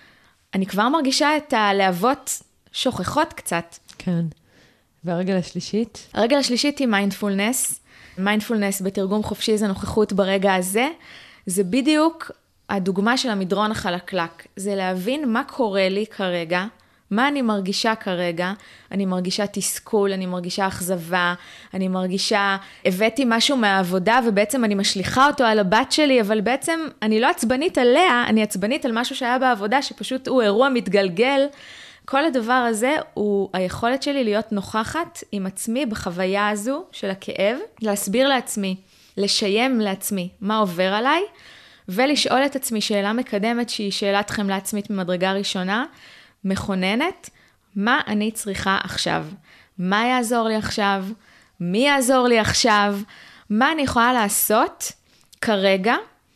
אני כבר מרגישה את הלהבות שוכחות קצת. כן. והרגל השלישית? הרגל השלישית היא מיינדפולנס. מיינדפולנס בתרגום חופשי זה נוכחות ברגע הזה. זה בדיוק הדוגמה של המדרון החלקלק. זה להבין מה קורה לי כרגע, מה אני מרגישה כרגע. אני מרגישה תסכול, אני מרגישה אכזבה, אני מרגישה, הבאתי משהו מהעבודה ובעצם אני משליחה אותו על הבת שלי, אבל בעצם אני לא עצבנית עליה, אני עצבנית על משהו שהיה בעבודה שפשוט הוא אירוע מתגלגל. כל הדבר הזה הוא היכולת שלי להיות נוכחת עם עצמי בחוויה הזו של הכאב, להסביר לעצמי, לשיים לעצמי מה עובר עליי, ולשאול את עצמי שאלה מקדמת שהיא שאלת חמלה עצמית ממדרגה ראשונה, מכוננת, מה אני צריכה עכשיו? מה יעזור לי עכשיו? מי יעזור לי עכשיו? מה אני יכולה לעשות כרגע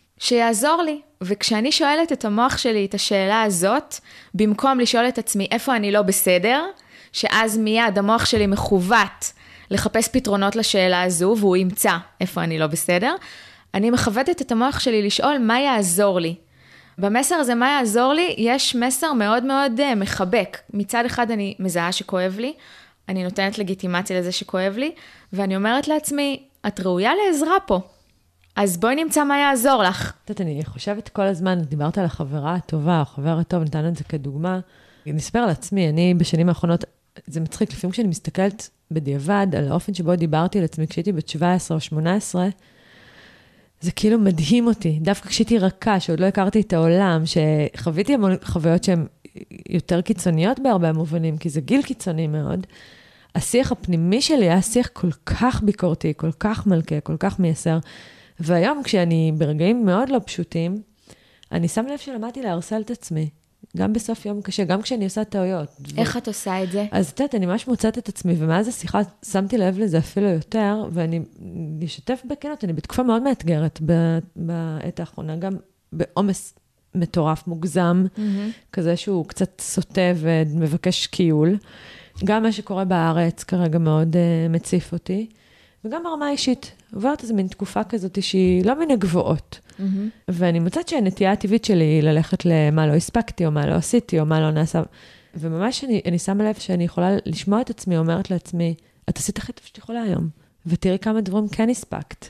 שיעזור לי? וכשאני שואלת את המוח שלי את השאלה הזאת, במקום לשאול את עצמי איפה אני לא בסדר, שאז מיד המוח שלי מכוות לחפש פתרונות לשאלה הזו, והוא ימצא איפה אני לא בסדר, אני מכוותת את המוח שלי לשאול מה יעזור לי. במסר הזה מה יעזור לי, יש מסר מאוד מאוד מחבק. מצד אחד אני מזהה שכואב לי, אני נותנת לגיטימציה לזה שכואב לי, ואני אומרת לעצמי, את ראויה לעזרה פה. אז בואי נמצא מה יעזור לך. אני חושבת כל הזמן, דיברת על החברה הטובה, או חבר הטוב, נתן את זה כדוגמה. אני אספר על עצמי, אני בשנים האחרונות, זה מצחיק, לפעמים כשאני מסתכלת בדיעבד, על האופן שבו דיברתי על עצמי, כשהייתי בת 17 או 18, זה כאילו מדהים אותי. דווקא כשהייתי רכה, שעוד לא הכרתי את העולם, שחוויתי המון חוויות שהן יותר קיצוניות בהרבה מובנים, כי זה גיל קיצוני מאוד, השיח הפנימי שלי היה שיח כל כך ביקורתי, כל כך מלכה, כל כך מייסר, והיום כשאני ברגעים מאוד לא פשוטים, אני שם לב שלמדתי להרסל את עצמי, גם בסוף יום קשה, גם כשאני עושה טעויות. איך את עושה את זה? אז את יודעת, אני ממש מוצאת את עצמי, ומאז השיחה שמתי לב לזה אפילו יותר, ואני אשתף בכנות, אני בתקופה מאוד מאתגרת בעת האחרונה, גם בעומס מטורף, מוגזם, כזה שהוא קצת סוטה ומבקש קיול. גם מה שקורה בארץ כרגע מאוד מציף אותי, וגם ברמה האישית. עוברת איזו מין תקופה כזאת שהיא לא מן הגבוהות. ואני מוצאת שהנטייה הטבעית שלי היא ללכת למה לא הספקתי, או מה לא עשיתי, או מה לא נעשה. וממש אני שמה לב שאני יכולה לשמוע את עצמי, אומרת לעצמי, את עשית הכי טוב שאת יכולה היום, ותראי כמה דברים כן הספקת.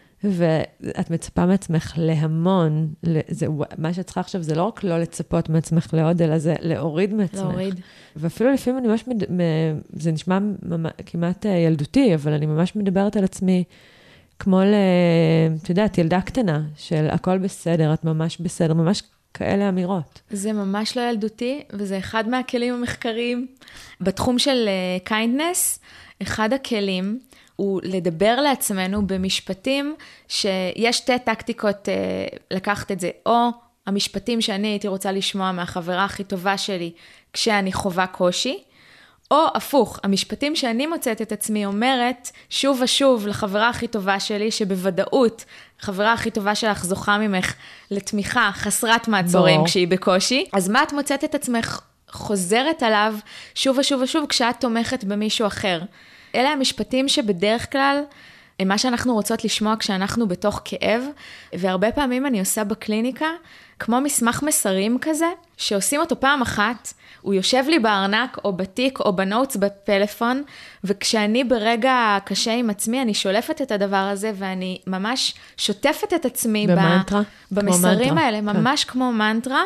ואת מצפה מעצמך להמון, מה שאת צריכה עכשיו זה לא רק לא לצפות מעצמך לעוד, אלא זה להוריד מעצמך. להוריד. ואפילו לפעמים אני ממש, זה נשמע כמעט ילדותי, אבל אני ממש מדברת על עצמי, כמו את יודעת, ילדה קטנה, של הכל בסדר, את ממש בסדר, ממש כאלה אמירות. זה ממש לא ילדותי, וזה אחד מהכלים המחקריים. בתחום של kindness, אחד הכלים הוא לדבר לעצמנו במשפטים שיש שתי טקטיקות לקחת את זה, או המשפטים שאני הייתי רוצה לשמוע מהחברה הכי טובה שלי כשאני חווה קושי, או הפוך, המשפטים שאני מוצאת את עצמי אומרת שוב ושוב לחברה הכי טובה שלי, שבוודאות חברה הכי טובה שלך זוכה ממך לתמיכה חסרת מעצורים כשהיא בקושי, אז מה את מוצאת את עצמך חוזרת עליו שוב ושוב ושוב כשאת תומכת במישהו אחר? אלה המשפטים שבדרך כלל הם מה שאנחנו רוצות לשמוע כשאנחנו בתוך כאב, והרבה פעמים אני עושה בקליניקה כמו מסמך מסרים כזה, שעושים אותו פעם אחת, הוא יושב לי בארנק או בתיק או בנוטס בפלאפון, וכשאני ברגע קשה עם עצמי, אני שולפת את הדבר הזה, ואני ממש שוטפת את עצמי במנטרה, במסרים האלה, ממש כמו מנטרה,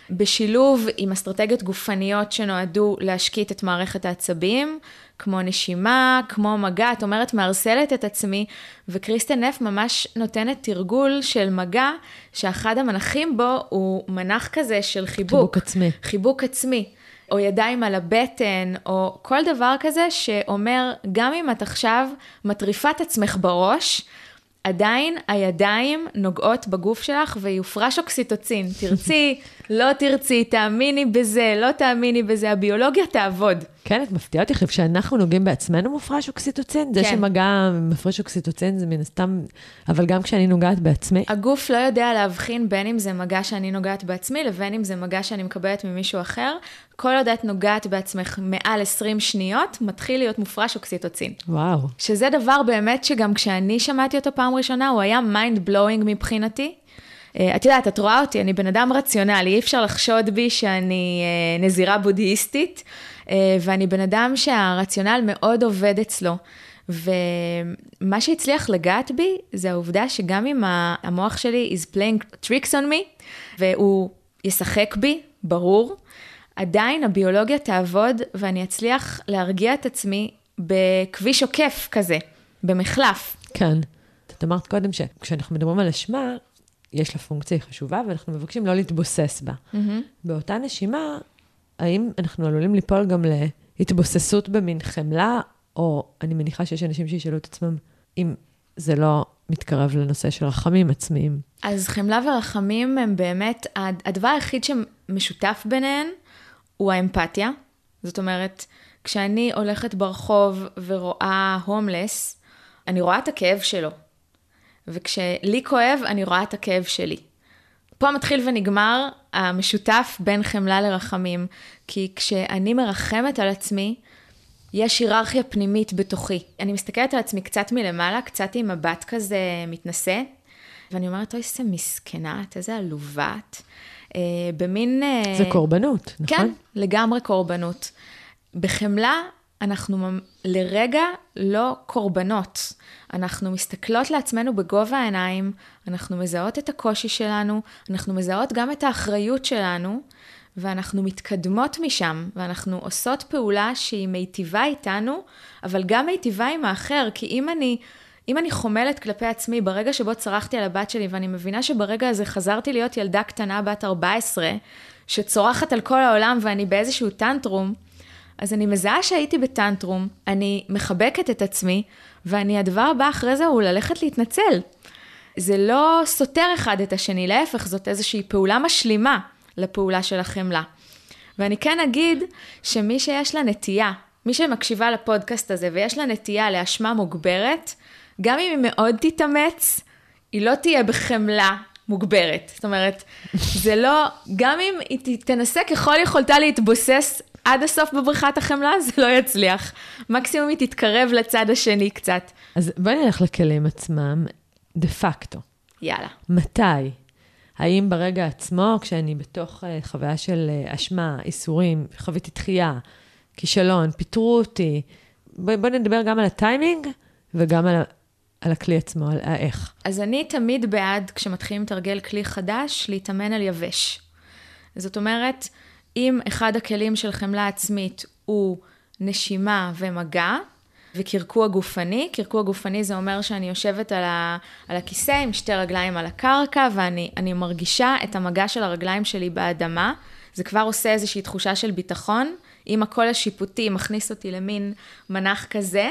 בשילוב עם אסטרטגיות גופניות שנועדו להשקיט את מערכת העצבים, כמו נשימה, כמו מגע, את אומרת, מארסלת את עצמי, וקריסטן נף ממש נותנת תרגול של מגע, שאחד המנחים בו הוא מנח כזה של חיבוק. חיבוק עצמי. חיבוק עצמי, או ידיים על הבטן, או כל דבר כזה שאומר, גם אם את עכשיו מטריפה את עצמך בראש, עדיין הידיים נוגעות בגוף שלך ויופרש אוקסיטוצין. תרצי, לא תרצי, תאמיני בזה, לא תאמיני בזה, הביולוגיה תעבוד. כן, את מפתיעה אותי, חושב שאנחנו נוגעים בעצמנו מופרש אוקסיטוצין? זה שמגע מפרש אוקסיטוצין זה מן הסתם, אבל גם כשאני נוגעת בעצמי. הגוף לא יודע להבחין בין אם זה מגע שאני נוגעת בעצמי, לבין אם זה מגע שאני מקבלת ממישהו אחר. כל עוד את נוגעת בעצמך מעל 20 שניות, מתחיל להיות מופרש אוקסיטוצין. וואו. שזה דבר באמת שגם כשאני שמעתי אותו פעם ראשונה, הוא היה mind blowing מבחינתי. את יודעת, את רואה אותי, אני בן אדם רציונלי, אי אפשר לחשוד בי שאני נזירה בודהיסטית, ואני בן אדם שהרציונל מאוד עובד אצלו. ומה שהצליח לגעת בי, זה העובדה שגם אם המוח שלי is playing tricks on me, והוא ישחק בי, ברור, עדיין הביולוגיה תעבוד, ואני אצליח להרגיע את עצמי בכביש עוקף כזה, במחלף. כן. את אמרת קודם שכשאנחנו מדברים על אשמה, יש לה פונקציה חשובה, ואנחנו מבקשים לא להתבוסס בה. באותה נשימה, האם אנחנו עלולים ליפול גם להתבוססות במין חמלה, או אני מניחה שיש אנשים שישאלו את עצמם, אם זה לא מתקרב לנושא של רחמים עצמיים. אז חמלה ורחמים הם באמת, הדבר היחיד שמשותף ביניהן, הוא האמפתיה. זאת אומרת, כשאני הולכת ברחוב ורואה הומלס, אני רואה את הכאב שלו. וכשלי כואב, אני רואה את הכאב שלי. פה מתחיל ונגמר המשותף בין חמלה לרחמים, כי כשאני מרחמת על עצמי, יש היררכיה פנימית בתוכי. אני מסתכלת על עצמי קצת מלמעלה, קצת עם מבט כזה מתנשא, ואני אומרת, אוי, זה מסכנה, איזה עלובת. במין... זה קורבנות, נכון? כן, לגמרי קורבנות. בחמלה, אנחנו לרגע לא קורבנות. אנחנו מסתכלות לעצמנו בגובה העיניים, אנחנו מזהות את הקושי שלנו, אנחנו מזהות גם את האחריות שלנו, ואנחנו מתקדמות משם, ואנחנו עושות פעולה שהיא מיטיבה איתנו, אבל גם מיטיבה עם האחר, כי אם אני חומלת כלפי עצמי, ברגע שבו צרחתי על הבת שלי, ואני מבינה שברגע הזה חזרתי להיות ילדה קטנה בת 14, שצורחת על כל העולם ואני באיזשהו טנטרום, אז אני מזהה שהייתי בטנטרום, אני מחבקת את עצמי, הדבר הבא אחרי זה הוא ללכת להתנצל. זה לא סותר אחד את השני, להפך, זאת איזושהי פעולה משלימה לפעולה של החמלה. ואני כן אגיד שמי שיש לה נטייה, מי שמקשיבה לפודקאסט הזה ויש לה נטייה לאשמה מוגברת, גם אם היא מאוד תתאמץ, היא לא תהיה בחמלה מוגברת. זאת אומרת, זה לא, גם אם היא תנסה ככל יכולתה להתבוסס עד הסוף בבריכת החמלה, זה לא יצליח. מקסימום היא תתקרב לצד השני קצת. אז בואי נלך לכלים עצמם, דה פקטו. יאללה. מתי? האם ברגע עצמו, כשאני בתוך חוויה של אשמה, איסורים, חוויתי דחייה, כישלון, פיטרו אותי, בואי נדבר גם על הטיימינג, וגם על הכלי עצמו, על איך. אז אני תמיד בעד, כשמתחילים לתרגל כלי חדש, להתאמן על יבש. זאת אומרת, אם אחד הכלים של חמלה עצמית הוא נשימה ומגע, וקרקוע גופני, קרקוע גופני זה אומר שאני יושבת על הכיסא עם שתי רגליים על הקרקע, ואני מרגישה את המגע של הרגליים שלי באדמה, זה כבר עושה איזושהי תחושה של ביטחון, אם הקול השיפוטי מכניס אותי למין מנח כזה,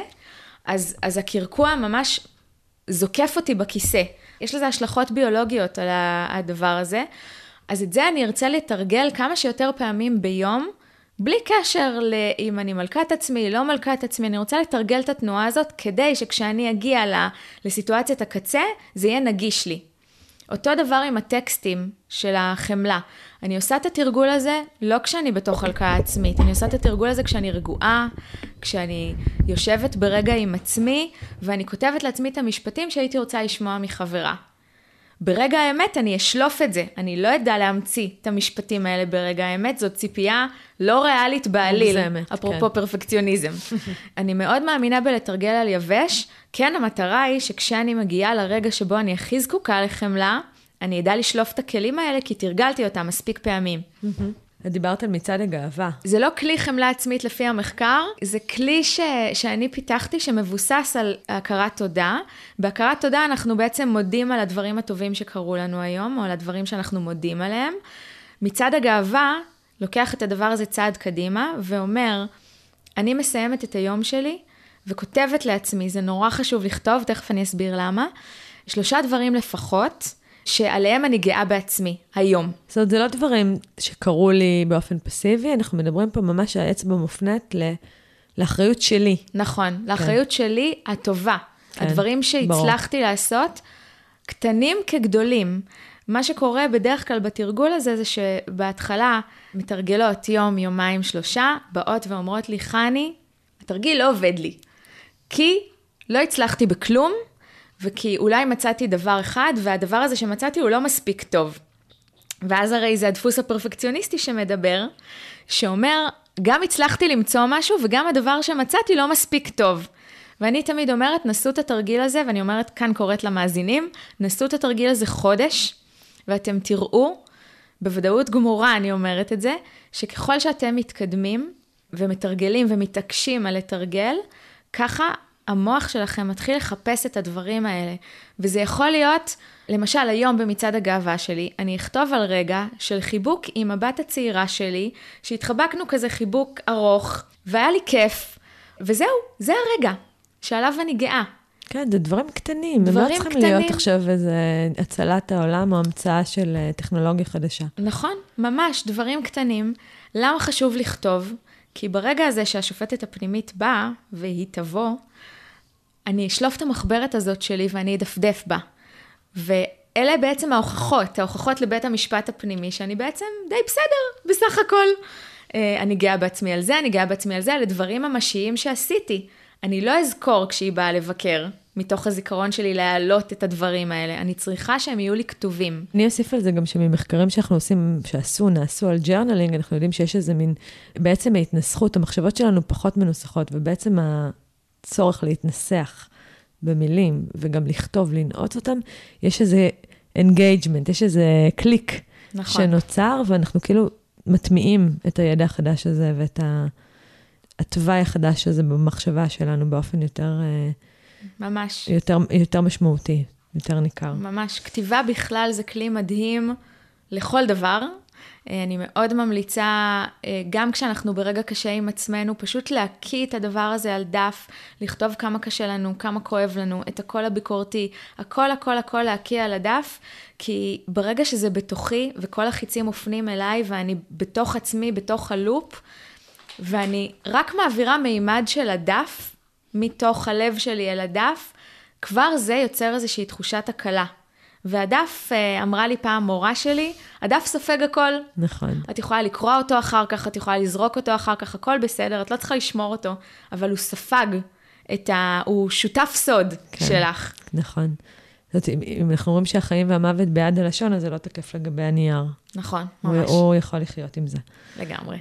אז הקרקוע ממש זוקף אותי בכיסא. יש לזה השלכות ביולוגיות על הדבר הזה, אז את זה אני ארצה לתרגל כמה שיותר פעמים ביום, בלי קשר אם אני מלכת עצמי, לא מלכת עצמי, אני רוצה לתרגל את התנועה הזאת, כדי שכשאני אגיע לסיטואציית הקצה, זה יהיה נגיש לי. אותו דבר עם הטקסטים של החמלה. אני עושה את התרגול הזה לא כשאני בתוך הלקאה עצמית, אני עושה את התרגול הזה כשאני רגועה, כשאני יושבת ברגע עם עצמי, ואני כותבת לעצמי את המשפטים שהייתי רוצה לשמוע מחברה. ברגע האמת אני אשלוף את זה, אני לא ידע להמציא את המשפטים האלה ברגע האמת, זאת ציפייה לא ריאלית בעליל, אפרופו פרפקציוניזם. אני מאוד מאמינה בלתרגל על יבש, כן המטרה היא שכשאני מגיעה לרגע שבו אני הכי זקוקה לחמלה, אני אדע לשלוף את הכלים האלה, כי תרגלתי אותם מספיק פעמים. דיברת על מצעד הגאווה. זה לא כלי חמלה עצמית לפי המחקר, זה כלי שאני פיתחתי שמבוסס על הכרת תודה. בהכרת תודה אנחנו בעצם מודים על הדברים הטובים שקרו לנו היום, או על הדברים שאנחנו מודים עליהם. מצעד הגאווה לוקח את הדבר הזה צעד קדימה, ואומר, אני מסיימת את היום שלי, וכותבת לעצמי, זה נורא חשוב לכתוב, תכף אני אסביר למה, 3 דברים לפחות, שעליהם אני גאה בעצמי, היום. זאת אומרת, זה לא דברים שקרו לי באופן פסיבי, אנחנו מדברים פה ממש האצבע מופנית לאחריות שלי. נכון, לאחריות שלי הטובה. הדברים שהצלחתי לעשות, קטנים כגדולים. מה שקורה בדרך כלל בתרגול הזה, זה שבהתחלה מתרגלות יום, יומיים, 3, באות ואומרות לי, חני, התרגיל לא עובד לי. כי לא הצלחתי בכלום, וכי אולי מצאתי דבר אחד, והדבר הזה שמצאתי הוא לא מספיק טוב. ואז הרי זה הדפוס הפרפקציוניסטי שמדבר, שאומר, גם הצלחתי למצוא משהו, וגם הדבר שמצאתי לא מספיק טוב. ואני תמיד אומרת, נסו את התרגיל הזה, ואני אומרת, כאן קוראת למאזינים, נסו את התרגיל הזה חודש, ואתם תראו, בוודאות גמורה אני אומרת את זה, שככל שאתם מתקדמים, ומתרגלים ומתעקשים על לתרגל, ככה המוח שלכם מתחיל לחפש את הדברים האלה. וזה יכול להיות, למשל היום במצעד הגאווה שלי, אני אכתוב על רגע של חיבוק עם הבת הצעירה שלי, שהתחבקנו כזה חיבוק ארוך, והיה לי כיף, וזהו, זה הרגע שעליו אני גאה. כן, זה דברים קטנים, הם לא צריכים להיות עכשיו איזה הצלת העולם או המצאה של טכנולוגיה חדשה. נכון, ממש, דברים קטנים. למה חשוב לכתוב? כי ברגע הזה שהשופטת הפנימית באה, והיא תבוא, אני אשלוף את המחברת הזאת שלי ואני אדפדף בה. ואלה בעצם ההוכחות לבית המשפט הפנימי, שאני בעצם די בסדר, בסך הכל. אני גאה בעצמי על זה, אני גאה בעצמי על זה, על הדברים ממשיים שעשיתי. אני לא אזכור כשהיא באה לבקר, מתוך הזיכרון שלי להעלות את הדברים האלה. אני צריכה שהם יהיו לי כתובים. אני אוסיף על זה גם שממחקרים שאנחנו עושים, נעשו על ג'רנלינג, אנחנו יודעים שיש איזה מין, בעצם ההתנסחות, המחשבות שלנו פחות מנוסחות, ובעצם הצורך להתנסח במילים, וגם לכתוב, לנעוץ אותם, יש איזה engagement, יש איזה קליק נכון. שנוצר, ואנחנו כאילו מטמיעים את הידע החדש הזה, ואת התוואי החדש הזה במחשבה שלנו באופן ממש. יותר משמעותי, יותר ניכר. ממש. כתיבה בכלל זה כלי מדהים לכל דבר. אני מאוד ממליצה, גם כשאנחנו ברגע קשה עם עצמנו, פשוט להקיא את הדבר הזה על דף, לכתוב כמה קשה לנו, כמה כואב לנו, את הקול הביקורתי, הכל להקיא על הדף, כי ברגע שזה בתוכי, וכל החיצים מופנים אליי, ואני בתוך עצמי, בתוך הלופ, ואני רק מעבירה מימד של הדף, מתוך הלב שלי אל הדף, כבר זה יוצר איזושהי תחושת הקלה. והדף, אמרה לי פעם מורה שלי, הדף סופג הכל. נכון. את יכולה לקרוא אותו אחר כך, את יכולה לזרוק אותו אחר כך, הכל בסדר, את לא צריכה לשמור אותו, אבל הוא ספג הוא שותף סוד שלך. נכון. זאת, אם אנחנו רואים שהחיים והמוות ביד הלשון, אז זה לא תקף לגבי הנייר. נכון, ממש. הוא יכול לחיות עם זה. לגמרי.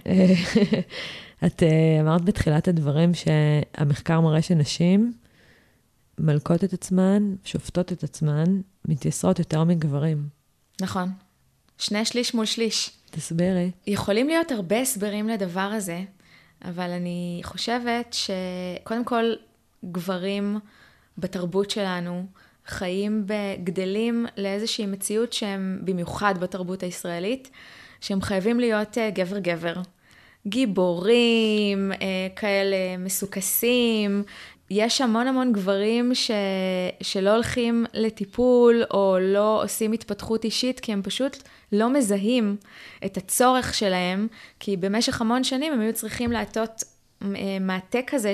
את אמרת בתחילת הדברים שהמחקר מראה שנשים מלכות את עצמן, שופטות את עצמן, מתייסרות יותר מגברים. נכון. 2/3 מול 1/3. תסבירי. יכולים להיות הרבה הסברים לדבר הזה, אבל אני חושבת שקודם כל גברים בתרבות שלנו חיים גדלים לאיזושהי מציאות שהם במיוחד בתרבות הישראלית, שהם חייבים להיות גבר-גבר. גיבורים, כאלה מסוכסים. יש המון גברים שלא הולכים לטיפול או לא עושים התפתחות אישית, כי הם פשוט לא מזהים את הצורך שלהם, כי במשך המון שנים הם היו צריכים לעטות מעטה כזה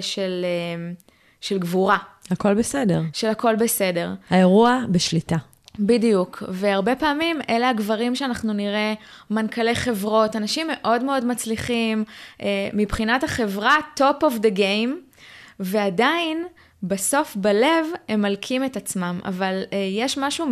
של גבורה. הכל בסדר. של הכל בסדר. האירוע בשליטה. בדיוק, והרבה פעמים אלה הגברים שאנחנו נראה מנכ"לי חברות, אנשים מאוד מאוד מצליחים, מבחינת החברה, top of the game, ועדיין בסוף בלב הם מלכים את עצמם, אבל יש משהו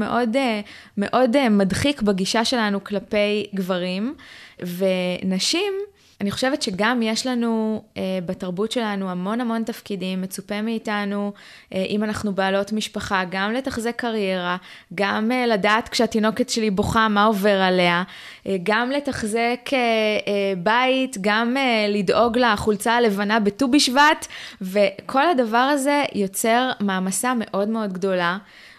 מאוד מדחיק בגישה שלנו כלפי גברים, ונשים אני חושבת שגם יש לנו בתרבות שלנו המון המון תפקידים, מצופה מאיתנו, אם אנחנו בעלות משפחה, גם לתחזק קריירה, גם לדעת כשהתינוקת שלי בוכה מה עובר עליה, גם לתחזק בית, גם לדאוג לחולצה הלבנה בט"ו בשבט, וכל הדבר הזה יוצר מעמסה מאוד מאוד גדולה,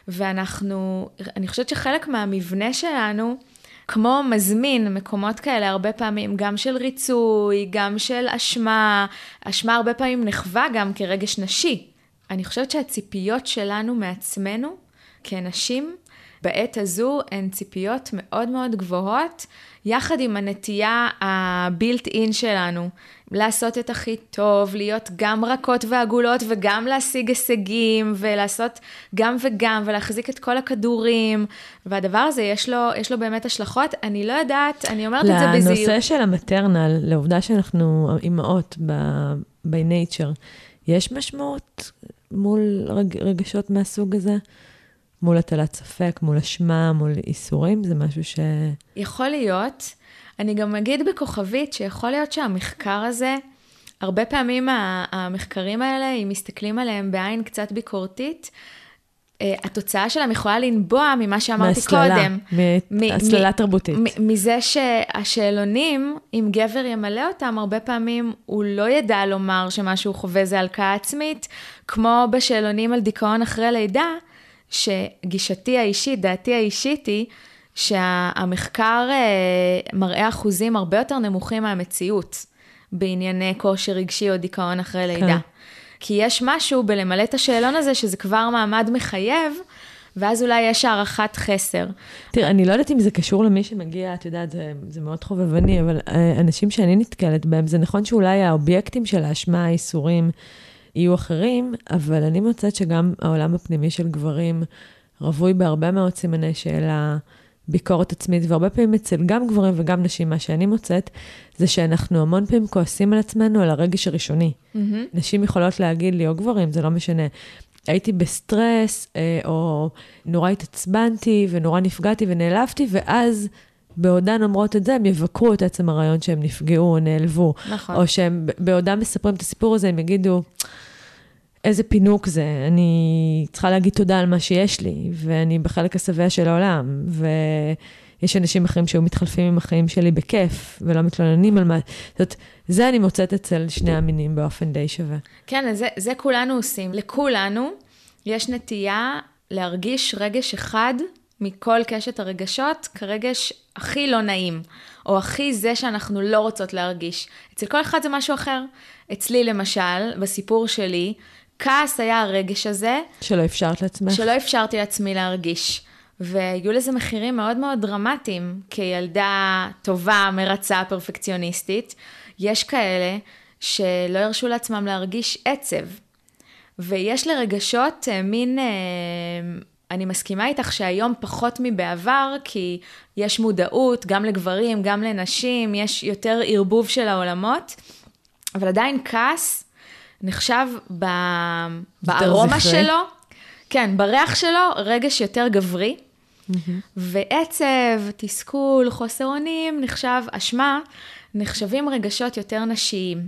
אני חושבת שחלק מהמבנה שלנו, כמו מזמין מקומות כאלה הרבה פעמים, גם של ריצוי, גם של אשמה, אשמה הרבה פעמים נחווה גם כרגש נשי. אני חושבת שהציפיות שלנו מעצמנו, כנשים, בעת הזו הן ציפיות מאוד מאוד גבוהות, יחד עם הנטייה הבילט אין שלנו, לעשות את הכי טוב, להיות גם רכות ועגולות וגם להשיג הישגים, ולעשות גם וגם, ולהחזיק את כל הכדורים, והדבר הזה יש לו באמת השלכות, אני לא יודעת, אני אומרת את זה בזהירות. לנושא של המטרנל, לעובדה שאנחנו אימהות by nature, יש משמעות מול רגשות מהסוג הזה? מול הטלת ספק, מול אשמה, מול איסורים, זה משהו ש... יכול להיות. אני גם אגיד בכוכבית שיכול להיות שהמחקר הזה, הרבה פעמים המחקרים האלה, אם מסתכלים עליהם בעין קצת ביקורתית, התוצאה שלהם יכולה לנבוע ממה שאמרתי קודם. מהסללה תרבותית. מזה שהשאלונים, אם גבר ימלא אותם, הרבה פעמים הוא לא ידע לומר שמשהו חווה זה הלקאה עצמית, כמו בשאלונים על דיכאון אחרי לידה, שגישתי האישית, דעתי האישית היא, שהמחקר מראה אחוזים הרבה יותר נמוכים מהמציאות, בענייני קושי רגשי או דיכאון אחרי לידה. כי יש משהו בלמלא את השאלון הזה, שזה כבר מעמד מחייב, ואז אולי יש הערכת חסר. תראה, אני לא יודעת אם זה קשור למי שמגיע, את יודעת, זה מאוד חובבני, אבל אנשים שאני נתקלת בהם, זה נכון שאולי האובייקטים של האשמה, האיסורים, יהיו אחרים, אבל אני מוצאת שגם העולם הפנימי של גברים רווי בהרבה מאוד סימני שאלה, ביקורת עצמית, והרבה פעמים אצל גם גברים וגם נשים, מה שאני מוצאת, זה שאנחנו המון פעמים כועסים על עצמנו על הרגש הראשוני. נשים יכולות להגיד לי, או גברים, זה לא משנה, הייתי בסטרס, או נורא התעצבנתי, ונורא נפגעתי ונעלבתי, ואז בעודן אומרות את זה, הם יבקרו את עצם הרעיון שהם נפגעו או נעלבו. נכון. או שהם בעודם מספרים את הסיפור הזה, הם יגידו, איזה פינוק זה, אני צריכה להגיד תודה על מה שיש לי, ואני בחלק השבע של העולם, ויש אנשים אחרים שהיו מתחלפים עם החיים שלי בכיף, ולא מתלוננים על מה, זאת אומרת, זה אני מוצאת אצל שני המינים באופן די שווה. כן, זה כולנו עושים. לכולנו יש נטייה להרגיש רגש אחד, מכל קשת הרגשות, כרגש הכי לא נעים, או הכי זה שאנחנו לא רוצות להרגיש. אצל כל אחד זה משהו אחר. אצלי למשל, בסיפור שלי, כעס היה הרגש הזה. שלא אפשרת לעצמך. שלא אפשרתי לעצמי להרגיש. והיו לזה מחירים מאוד מאוד דרמטיים, כילדה טובה, מרצה, פרפקציוניסטית. יש כאלה שלא הרשו לעצמם להרגיש עצב. ויש לרגשות מין... אני מסכימה איתך שהיום פחות מבעבר, כי יש מודעות גם לגברים, גם לנשים, יש יותר ערבוב של העולמות, אבל עדיין כעס נחשב בארומה שלו, כן, בריח שלו, רגש יותר גברי, ועצב, תסכול, חוסר אונים, נחשב, אשמה, נחשבים רגשות יותר נשיים.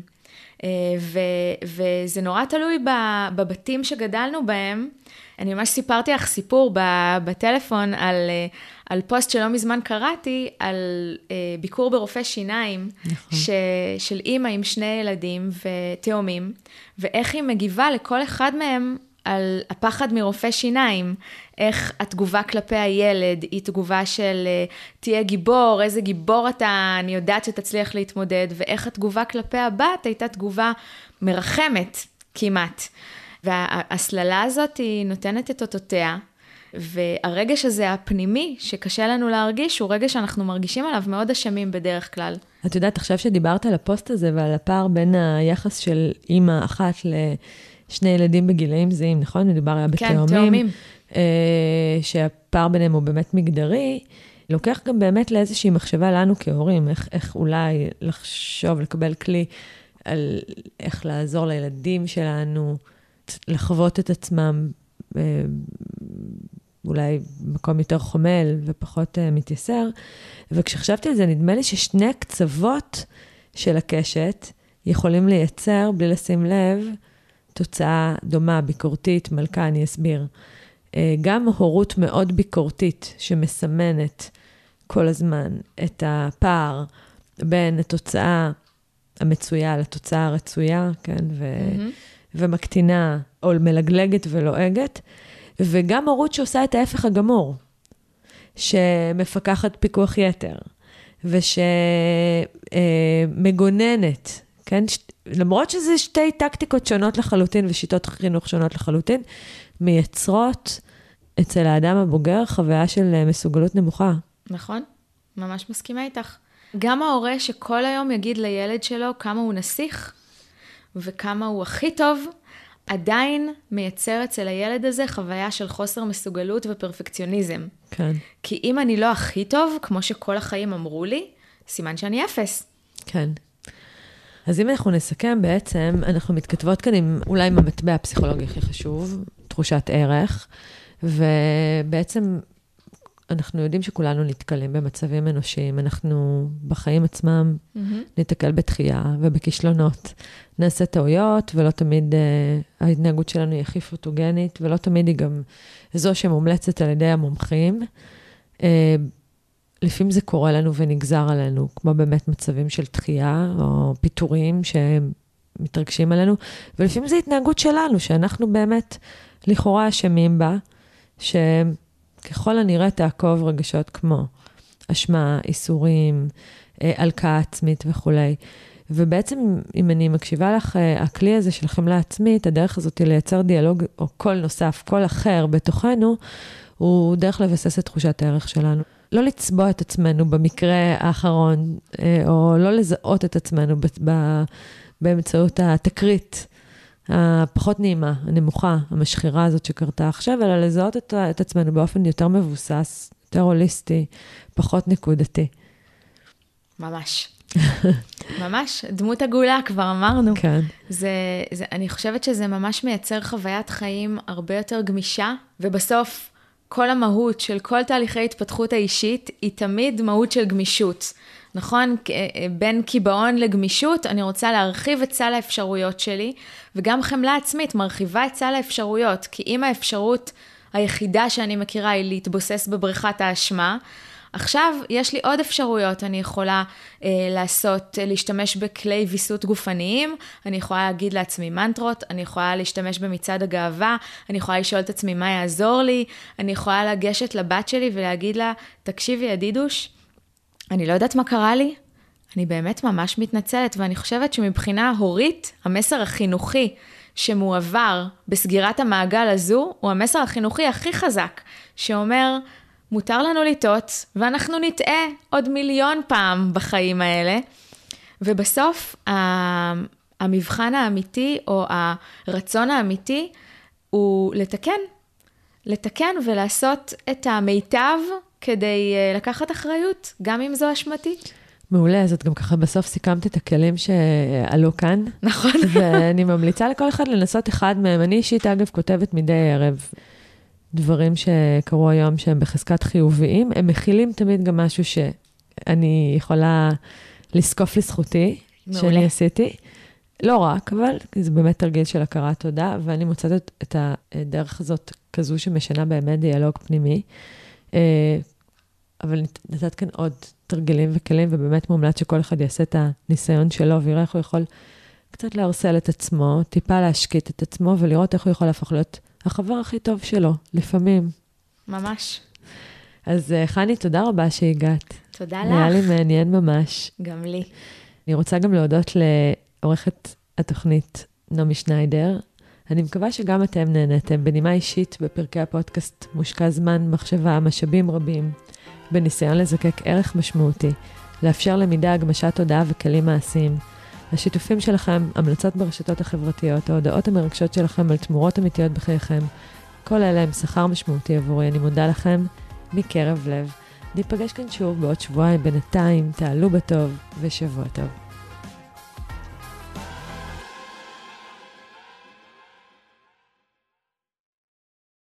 וזה נורא תלוי בבתים שגדלנו בהם. אני ממש סיפרתי לך סיפור בטלפון על פוסט שלא מזמן קראתי, על ביקור ברופא שיניים, של אימא עם שני ילדים ותאומים, ואיך היא מגיבה לכל אחד מהם על הפחד מרופא שיניים, איך התגובה כלפי הילד היא תגובה של תהיה גיבור, איזה גיבור אתה, אני יודעת שתצליח להתמודד, ואיך התגובה כלפי הבת הייתה תגובה מרחמת כמעט. וההסללה הזאת היא נותנת את אותותיה, והרגש הזה הפנימי שקשה לנו להרגיש, הוא רגש שאנחנו מרגישים עליו מאוד אשמים בדרך כלל. את יודעת, עכשיו שדיברת על הפוסט הזה ועל הפער בין היחס של אימא אחת לשני ילדים בגילאים זהים, נכון? מדובר היה בתאומים. כן, תאומים. שהפער ביניהם הוא באמת מגדרי, לוקח גם באמת לאיזושהי מחשבה לנו כהורים, איך אולי לחשוב, לקבל כלי על איך לעזור לילדים שלנו, לחוות את עצמם, אולי מקום יותר חומל ופחות מתייסר. וכשחשבתי על זה, נדמה לי ששני הקצוות של הקשת יכולים לייצר, בלי לשים לב, תוצאה דומה, ביקורתית, מלכה, אני אסביר. גם הורות מאוד ביקורתית, שמסמנת כל הזמן את הפער בין התוצאה המצויה לתוצאה הרצויה, כן? ומקטינה, או מלגלגת ולועגת, וגם הורות שעושה את ההפך הגמור, שמפקחת פיקוח יתר, ושמגוננת, כן? למרות שזה שתי טקטיקות שונות לחלוטין, ושיטות חינוך שונות לחלוטין, מייצרות אצל האדם הבוגר חוויה של מסוגלות נמוכה. נכון, ממש מסכימה איתך. גם ההורה שכל היום יגיד לילד שלו כמה הוא נסיך, וכמה הוא הכי טוב, עדיין מייצר אצל הילד הזה חוויה של חוסר מסוגלות ופרפקציוניזם. כן. כי אם אני לא הכי טוב, כמו שכל החיים אמרו לי, סימן שאני אפס. כן. אז אם אנחנו נסכם בעצם, אנחנו מתכתבות כאן עם אולי עם המטבע הפסיכולוגי הכי חשוב, תחושת ערך, ובעצם אנחנו יודעים שכולנו נתקלים במצבים אנושיים, אנחנו בחיים עצמם נתקל בתחייה ובכישלונות. נעשה טעויות, ולא תמיד ההתנהגות שלנו היא הכי פוטוגנית, ולא תמיד היא גם זו שמומלצת על ידי המומחים. לפעמים זה קורה לנו ונגזר עלינו, כמו באמת מצבים של תחייה או פיתורים שמתרגשים עלינו, ולפעמים זה התנהגות שלנו, שאנחנו באמת לכאורה אשמים בה, שככל הנראה תעקוב רגשות כמו אשמה, איסורים, הלקאה עצמית וכו'. ובעצם, אם אני מקשיבה לך, הכלי הזה של חמלה עצמית, הדרך הזאת היא לייצר דיאלוג או קול נוסף, קול אחר בתוכנו, הוא דרך לבסס את תחושת הערך שלנו. לא לצבוע את עצמנו במקרה האחרון, או לא לזהות את עצמנו באמצעות התקרית הפחות נעימה, הנמוכה, המשחירה הזאת שקרתה עכשיו, אלא לזהות את עצמנו באופן יותר מבוסס, יותר הוליסטי, פחות נקודתי. ממש. ממש, דמות עגולה כבר אמרנו. כן. אני חושבת שזה ממש מייצר חוויית חיים הרבה יותר גמישה, ובסוף כל המהות של כל תהליכי התפתחות האישית היא תמיד מהות של גמישות. נכון? בין קיבעון לגמישות, אני רוצה להרחיב את סל האפשרויות שלי, וגם חמלה עצמית מרחיבה את סל האפשרויות, כי אם האפשרות היחידה שאני מכירה היא להתבוסס בבריכת האשמה, עכשיו יש לי עוד אפשרויות, אני יכולה להשתמש בכלי ויסות גופניים, אני יכולה להגיד לעצמי מנטרות, אני יכולה להשתמש במצעד הגאווה, אני יכולה לשאול את עצמי מה יעזור לי, אני יכולה לגשת לבת שלי ולהגיד לה, תקשיבי ידידוש, אני לא יודעת מה קרה לי, אני באמת ממש מתנצלת, ואני חושבת שמבחינה הורית, המסר החינוכי שמועבר בסגירת המעגל הזו, הוא המסר החינוכי הכי חזק, שאומר, מותר לנו לטעות, ואנחנו נטעה עוד מיליון פעם בחיים האלה, ובסוף המבחן האמיתי, או הרצון האמיתי, הוא לתקן ולעשות את המיטב, כדי לקחת אחריות, גם אם זו אשמתית. מעולה, זאת גם ככה בסוף סיכמת את הכלים שעלו כאן. נכון. ואני ממליצה לכל אחד לנסות אחד מהם. אני אישית, אגב, כותבת מדי ערב דברים שקרו היום שהם בחזקת חיוביים. הם מכילים תמיד גם משהו שאני יכולה לזקוף לזכותי, שאני עשיתי. לא רק, אבל זה באמת תרגיל של הכרת תודה, ואני מוצאת את הדרך הזאת כזו שמשנה באמת דיאלוג פנימי. אבל נתת כאן עוד תרגילים וכלים, ובאמת מומלץ שכל אחד יעשה את הניסיון שלו, ויראה איך הוא יכול קצת להרסל את עצמו, טיפה להשקיט את עצמו, ולראות איך הוא יכול להפוך להיות החבר הכי טוב שלו, לפעמים. ממש. אז חני, תודה רבה שהגעת. תודה לך. היה לי מעניין ממש. גם לי. אני רוצה גם להודות לעורכת התוכנית נעמי שניידר. אני מקווה שגם אתם נהנתם בנימה אישית בפרקי הפודקאסט מושקע זמן, מחשבה, משאבים רבים, בניסיון לזקק ערך משמעותי, לאפשר למידה, הגמשת תודעה וכלים מעשיים. השיתופים שלכם, המלצות ברשתות החברתיות, ההודעות המרגשות שלכם על תמורות אמיתיות בחייכם, כל אלה הם שכר משמעותי עבורי. אני מודה לכם מקרב לב. ניפגש כאן שוב בעוד שבועיים, בינתיים, תעלו בטוב ושבוע טוב.